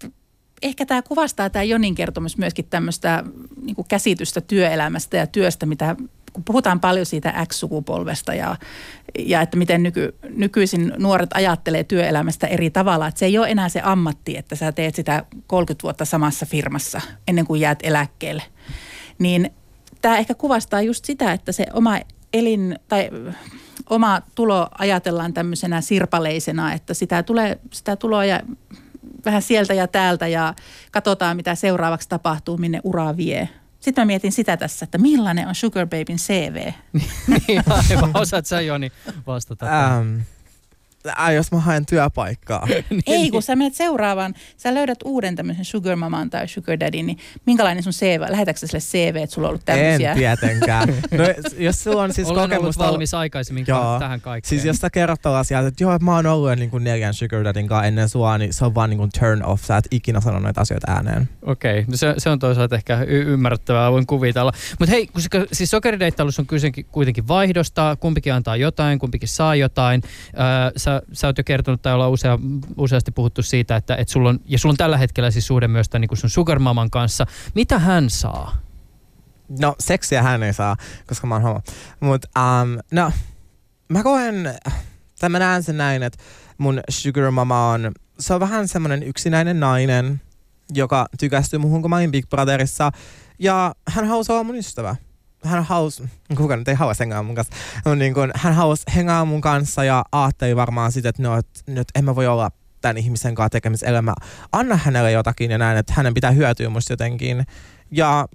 ehkä tämä kuvastaa tämä Jonin kertomus myöskin tämmöistä niin kuin käsitystä työelämästä ja työstä, mitä kun puhutaan paljon siitä X-sukupolvesta ja, ja että miten nyky, nykyisin nuoret ajattelee työelämästä eri tavalla. Että se ei ole enää se ammatti, että sä teet sitä kolmekymmentä vuotta samassa firmassa ennen kuin jäät eläkkeelle. Niin tämä ehkä kuvastaa just sitä, että se oma elin tai... Oma tulo ajatellaan tämmöisenä sirpaleisena, että sitä tulee sitä tuloa ja vähän sieltä ja täältä ja katsotaan, mitä seuraavaksi tapahtuu, minne ura vie. Sitten mä mietin sitä tässä, että millainen on Sugar Babyn C V? Niin, aivan. Osaat sä, Joni, vastata? Ähm, äh, jos mä haen työpaikkaa. Ei, kun sä menet seuraavaan, sä löydät uuden tämmöisen Sugar Maman tai Sugar Daddyn, niin minkälainen sun C V? Lähetätkö sä sille C V, että sulla on ollut tämmöisiä? En tietenkään. No, jos sulla on siis Olen kokemusta... ollut valmis aikaisemmin joo, tähän kaikkeen. Siis jos sä kerrot sieltä, että joo, mä oon ollut niin kuin neljän Sugar Daddyn kanssa ennen sua, niin se on vaan niin kuin turn off. Sä et ikinä sano noita asioita ääneen. Okei, okay. No se, se on toisaalta ehkä y- ymmärrettävää, voin kuvitella. Mutta hei, kun se, siis sokerideittailussa on kyse kuitenkin vaihdosta, kumpikin antaa jotain, kumpikin saa jotain. Öö, sä, sä oot jo kertonut tai ollaan usea, useasti puhuttu siitä, että et sulla on, ja sulla on tällä hetkellä siis suhde myös tämän, niin kuin sun sugar maman kanssa. Mitä hän saa? No, seksiä hän ei saa, koska mä oon homo. Mutta um, no, mä koen, tai mä näen sen näin, että mun sugar mama on, se on vähän semmoinen yksinäinen nainen, joka tykästyy muhun, kun mä olin Big Brotherissa. Ja hän halusi olla mun ystävä. Hän halusi, kukaan nyt ei halua hengaa mun kanssa, mutta niin kun, hän halusi hengaa mun kanssa ja ajatteli varmaan sitä, että no, et, nyt en mä voi olla tämän ihmisen kanssa tekemisessä elämä. Anna hänelle jotakin ja näin, että hänen pitää hyötyä musta jotenkin. Ja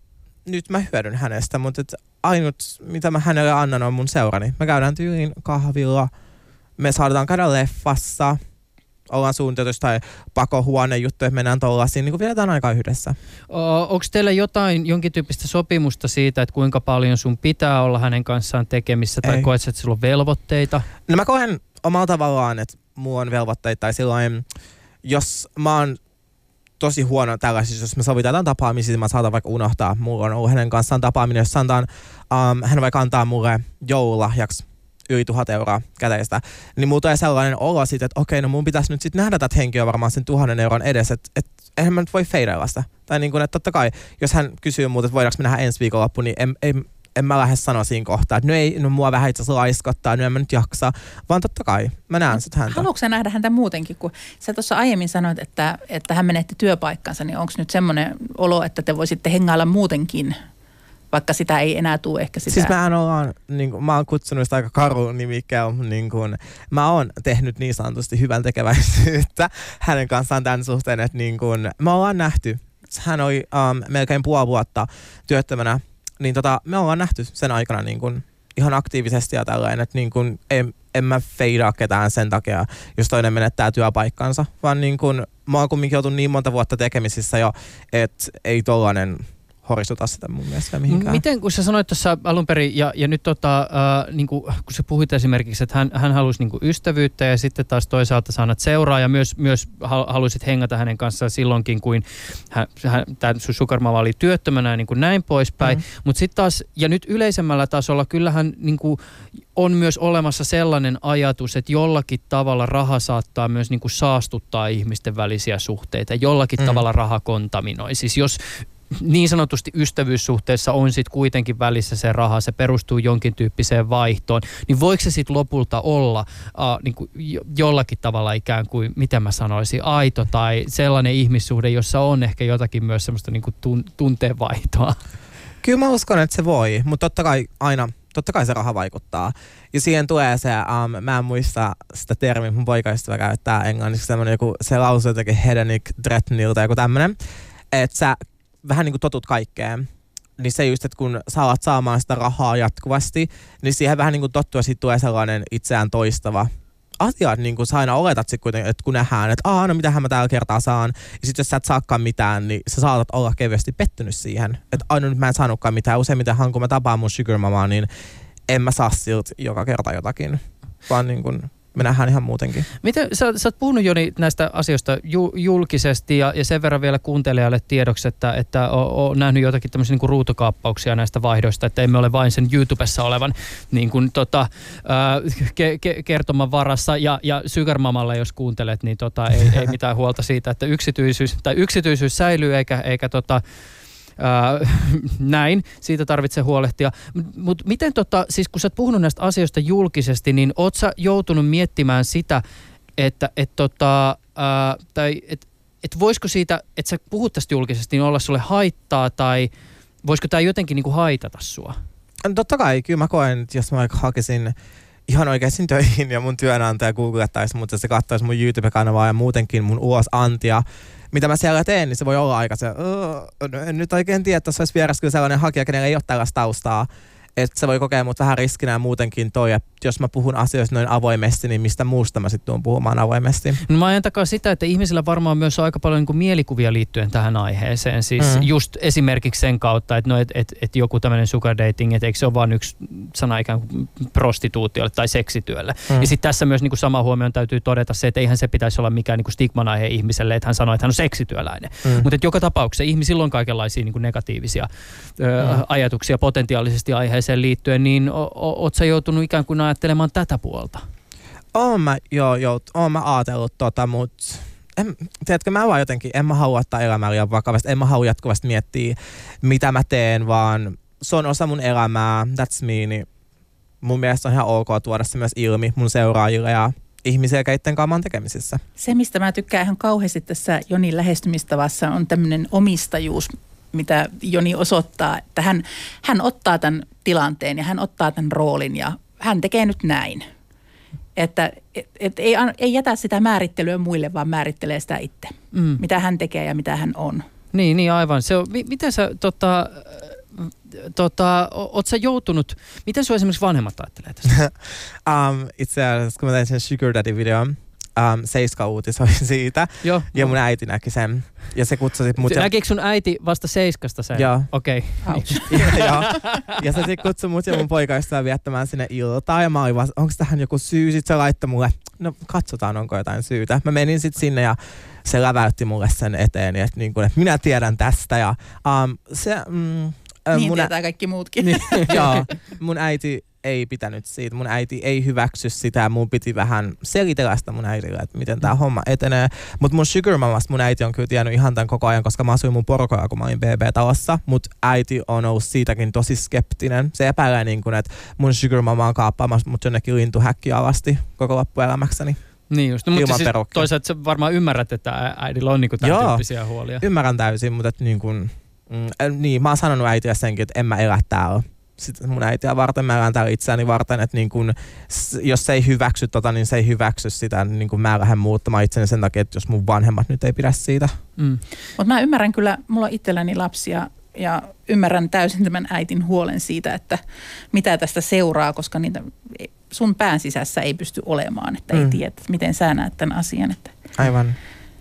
nyt mä hyödyn hänestä, mutta et ainut, mitä mä hänelle annan, on mun seurani. Me käydään tyyliin kahvilla, me saadaan käydä leffassa, ollaan suunniteltu tai pakohuonejuttuja, että mennään tollaisiin, niin kuin vietetään aikaa yhdessä. Onko teillä jotain, jonkin tyyppistä sopimusta siitä, että kuinka paljon sun pitää olla hänen kanssaan tekemissä, tai Ei. koet, että sulla on velvoitteita? No mä koen omalla tavallaan, että mulla on velvoitteita, tai silloin, jos mä oon tosi huono tällaisissa, jos me sovitaan tapaamisia, mä saatan vaikka unohtaa. Mulla on ollut hänen kanssaan tapaaminen, jos sanotaan, um, hän vaikka antaa mulle joululahjaksi yli tuhat euroa käteistä, niin mulla tulee sellainen olo siitä, että okei, no mun pitäisi nyt sitten nähdä tätä henkiä varmaan sen tuhannen euron edessä, että et, eihän mä nyt voi feidailla sitä. Tai niin kuin, että totta kai, jos hän kysyy multa, että voidaanko me nähdä ensi viikonloppu, niin en, en, en mä lähde sanoa siinä kohtaa, että no ei, no mua vähän itse asiassa laiskottaa, no en mä nyt jaksa, vaan totta kai, mä näen sit häntä. Haluatko sä nähdä häntä muutenkin, kun sä tuossa aiemmin sanoit, että, että hän menetti työpaikkansa, niin onko nyt semmoinen olo, että te voisitte hengailla muutenkin, vaikka sitä ei enää tule ehkä sitä? Siis mähän ollaan, niin kuin, mä oon kutsunut sitä aika karuun nimikkeellä, niin kuin, mä oon tehnyt niin sanotusti hyvän tekeväisyyttä hänen kanssaan tämän suhteen, että niin kuin, me ollaan nähty, hän oli um, melkein puoli vuotta työttömänä, niin tota, me ollaan nähty sen aikana niin kuin, ihan aktiivisesti ja tällainen, että niin kuin, en, en mä feidaa ketään sen takia, jos toinen menettää työpaikkansa, vaan niin kuin, mä oon kumminkin joutunut niin monta vuotta tekemisissä jo, että ei tollainen horistuta sitä mun mielestä mihinkään. Miten, kun sä sanoit tuossa alun perin, ja, ja nyt tota, äh, niin kuin, kun sä puhuit esimerkiksi, että hän, hän halusi niin kuin ystävyyttä ja sitten taas toisaalta sanat seuraa ja myös, myös halusit hengata hänen kanssaan silloinkin, kun hän, hän, tämä sun sukarmama oli työttömänä ja niin kuin näin poispäin. Mm. Mutta sitten taas, ja nyt yleisemmällä tasolla kyllähän niin kuin on myös olemassa sellainen ajatus, että jollakin tavalla raha saattaa myös niin kuin saastuttaa ihmisten välisiä suhteita. Jollakin mm. tavalla raha kontaminoi. Siis jos niin sanotusti ystävyyssuhteessa on sitten kuitenkin välissä se raha, se perustuu jonkin tyyppiseen vaihtoon, niin voiko se sitten lopulta olla äh, niin kuin jollakin tavalla ikään kuin, miten mä sanoisin, aito tai sellainen ihmissuhde, jossa on ehkä jotakin myös semmoista niin kuin tun- tunteenvaihtoa? Kyllä mä uskon, että se voi, mutta totta kai aina, totta kai se raha vaikuttaa. Ja siihen tulee se, um, mä en muista sitä termiä, mun poikaystävä käyttää englanniksi, semmoinen joku, se lausuu jotenkin hedonic threatenil tai joku tämmöinen, että sä vähän niin kuin totut kaikkeen, niin se just, että kun sä alat saamaan sitä rahaa jatkuvasti, niin siihen vähän niin kuin tottuu ja siitä tulee sellainen itseään toistava asia, että niin kuin sä aina oletat sit kuitenkin, että kun nähdään, että aah, no mitähän mä tällä kertaa saan, ja sitten jos sä et saakaan mitään, niin sä saatat olla kevyesti pettynyt siihen, että aina nyt mä en saanutkaan mitään, useimmitenhan kun mä tapaan mun sugar mamaa, niin en mä saa siltä joka kerta jotakin, vaan niin kuin me nähdään ihan muutenkin. Miten, sä, sä oot puhunut Joni näistä asioista ju, julkisesti ja, ja sen verran vielä kuuntelijalle tiedoksi, että, että oon nähnyt jotakin tämmöisiä niin kuin ruutukaappauksia näistä vaihdoista, että emme ole vain sen YouTubessa olevan niin kuin, tota, äh, ke, ke, kertoman varassa ja, ja Sugar Mamalle, jos kuuntelet, niin tota, ei, ei mitään huolta siitä, että yksityisyys, tai yksityisyys säilyy eikä, eikä tota, Äh, näin, siitä tarvitsee huolehtia. Mutta miten tota, siis kun sä oot puhunut näistä asioista julkisesti, niin oot sä joutunut miettimään sitä, että et tota, äh, tai et, et voisiko siitä, että sä puhut tästä julkisesti, niin olla sulle haittaa tai voisiko tää jotenkin niinku haitata sua? No, totta kai, kyllä mä koen, että jos mä vaikka hakisin ihan oikein töihin ja mun työnantaja googlettaisi, mutta se katsoisi mun YouTube-kanavaa ja muutenkin mun ulosantia, mitä mä siellä teen, niin se voi olla aika se, no en nyt oikein tiedä, että jos olisi vieras kyllä sellainen hakija, kenellä ei ole tällaista taustaa, että se voi kokea mut vähän riskinä muutenkin toi, että jos mä puhun asioista noin avoimesti, niin mistä muusta mä sitten tuun puhumaan avoimesti? No mä ajan takaa sitä, että ihmisillä varmaan myös on aika paljon niin kuin mielikuvia liittyen tähän aiheeseen. Siis mm. just esimerkiksi sen kautta, että no, et, et, et joku tämmöinen sugar dating, että eikö se ole vaan yksi sana ikään kuin prostituutiolle tai seksityölle. Mm. Ja sitten tässä myös niin kuin sama huomioon täytyy todeta se, että eihän se pitäisi olla mikään niin kuin stigman aihe ihmiselle, että hän sanoo, että hän on seksityöläinen. Mm. Mutta joka tapauksessa ihmisillä on kaikenlaisia niin kuin negatiivisia ö, mm. ajatuksia potentiaalisesti aiheeseen liittyen, niin o, o, oot sä joutunut ikään kuin ajattelemaan tätä puolta? Oon mä, joo, joo, oon mä ajatellut tota, mutta en, tiedätkö, mä vaan jotenkin, en mä halua ottaa elämää liian vakavasti, en mä halua jatkuvasti miettiä, mitä mä teen, vaan se on osa mun elämää, that's me, niin mun mielestä on ihan ok tuoda se myös ilmi mun seuraajille ja ihmisiä, keitten kanssa mä oon tekemisissä. Se, mistä mä tykkään ihan kauheasti tässä Jonin lähestymistavassa, on tämmöinen omistajuus, mitä Joni osoittaa, että hän, hän ottaa tämän tilanteen ja hän ottaa tämän roolin ja hän tekee nyt näin. Että et, et ei, ei jätä sitä määrittelyä muille, vaan määrittelee sitä itse, mm. mitä hän tekee ja mitä hän on. Niin, niin aivan. Se on, mi, miten sä tota, tota, oot sä joutunut, miten sun esimerkiksi vanhemmat ajattelee tästä? um, itse asiassa, kun mä tein sen Sugar Daddy-videon, um, Seiska uutisoi siitä. Joo. Ja mun äiti näki sen. Ja se kutsui sit mut. Näkikö sun äiti vasta Seiskasta sen? Joo. Okei. Okay. ja, ja, ja se sitten kutsui mut ja mun poikaista viettämään sinne iltaa. Ja mä olin vaan, onko tähän joku syy? Sitten se laittoi mulle, no katsotaan onko jotain syytä. Mä menin sitten sinne ja se läväytti mulle sen eteen, että, niin kun, että minä tiedän tästä. Ja, um, se, mm, niin mun tietää kaikki muutkin. Niin, joo, mun äiti ei pitänyt siitä. Mun äiti ei hyväksy sitä. Mun piti vähän selitellä sitä mun äidille, että miten tää homma etenee. Mutta mun sugar mamasta mun äiti on kyllä tiennyt ihan tämän koko ajan, koska mä asuin mun porukoilla, kun mä olin B B-talossa. Mut äiti on ollut siitäkin tosi skeptinen. Se epäilee niin kun, että mun sugar mama on kaappaamassa mut jonnekin lintuhäkkiä alasti koko loppuelämäkseni. Niin just, no, mutta siis toisaalta sä varmaan ymmärrät, että äidillä on niinku tämän tyyppisiä huolia. Ymmärrän täysin, mutta niin kun, mm, niin, mä oon sanonut äitiä senkin, että en mä elä täällä. Sitten mun äitiä varten, mä elän täällä itseäni varten, että niin kun, jos se ei hyväksy tota, niin se ei hyväksy sitä, niin kun mä lähden muuttamaan itseni sen takia, että jos mun vanhemmat nyt ei pidä siitä. Mm. Mutta mä ymmärrän kyllä, mulla on itselläni lapsia ja ymmärrän täysin tämän äitin huolen siitä, että mitä tästä seuraa, koska niitä sun pään sisässä ei pysty olemaan, että ei mm. tiedä, miten sä näet tämän asian. Että aivan.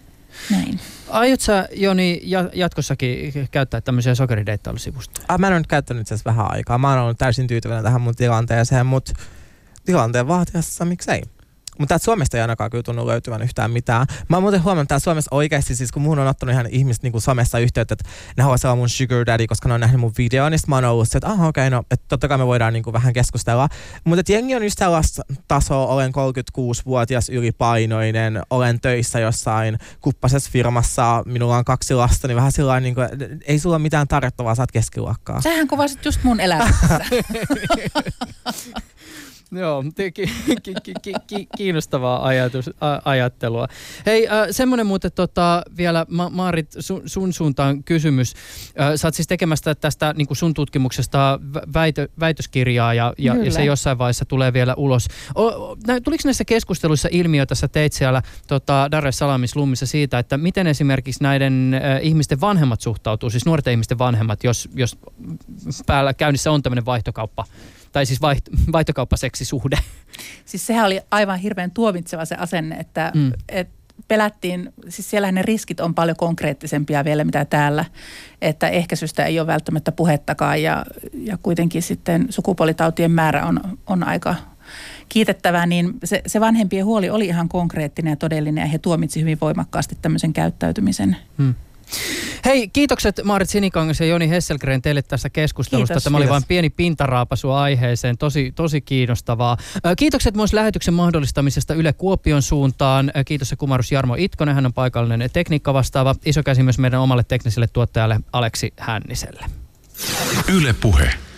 Näin. Aiot sä, Joni, jatkossakin käyttää tämmöisiä sokerideittailusivustoja? Ah, mä en ole nyt käyttänyt itse asiassa vähän aikaa. Mä oon ollut täysin tyytyväinen tähän mun tilanteeseen, mutta tilanteen vaatiessa miksei. Mutta täältä Suomesta ei ainakaan kyllä tunnu löytyvän yhtään mitään. Mä oon muuten huomannut, että täällä Suomessa oikeasti, siis kun muun on ottanut ihan ihmiset niin kuin somessa yhteyttä, että ne haluaisi olla mun sugar daddy, koska ne on nähnyt mun video, niin mä oon ollut se, että aha okei, okay, no, että totta kai me voidaan niin kuin vähän keskustella. Mutta jengi on just sellaista tasoa, olen kolmekymmentäkuusivuotias ylipainoinen, olen töissä jossain kuppasessa firmassa, minulla on kaksi lasta, niin vähän sillain, niin kuin, ei sulla ole mitään tarjottavaa, sä oot keskiluokkaa. Sähän kuvasit just mun elämässä. Joo, ki- ki- ki- ki- kiinnostavaa ajatus, a- ajattelua. Hei, äh, semmoinen muuten tota, vielä, Ma- Maarit, sun, sun suuntaan kysymys. Äh, sä oot siis tekemästä tästä niin kuin sun tutkimuksesta väitö, väitöskirjaa ja, ja, ja se jossain vaiheessa tulee vielä ulos. O, nä, tuliko näissä keskusteluissa ilmiö, tässä teit siellä tota, Dar es Salamin slummissa siitä, että miten esimerkiksi näiden äh, ihmisten vanhemmat suhtautuu, siis nuorten ihmisten vanhemmat, jos, jos päällä käynnissä on tämmöinen vaihtokauppa? Tai siis vaiht- vaihtokauppaseksisuhde. Siis sehän oli aivan hirveän tuomitseva se asenne, että mm. et pelättiin, siis siellähän ne riskit on paljon konkreettisempia vielä mitä täällä, että ehkäisystä ei ole välttämättä puhettakaan ja, ja kuitenkin sitten sukupuolitautien määrä on, on aika kiitettävää, niin se, se vanhempien huoli oli ihan konkreettinen ja todellinen ja he tuomitsi hyvin voimakkaasti tämmöisen käyttäytymisen. Mm. Hei, kiitokset Maarit Sinikangas ja Joni Hesselgren teille tästä keskustelusta. Kiitos. Tämä oli Kiitos. vain pieni pintaraapasu aiheeseen, tosi, tosi kiinnostavaa. Kiitokset myös lähetyksen mahdollistamisesta Yle Kuopion suuntaan. Kiitos ja kumarus Jarmo Itkonen, hän on paikallinen tekniikka vastaava. Iso käsi myös meidän omalle tekniselle tuottajalle Aleksi Hänniselle. Yle Puhe.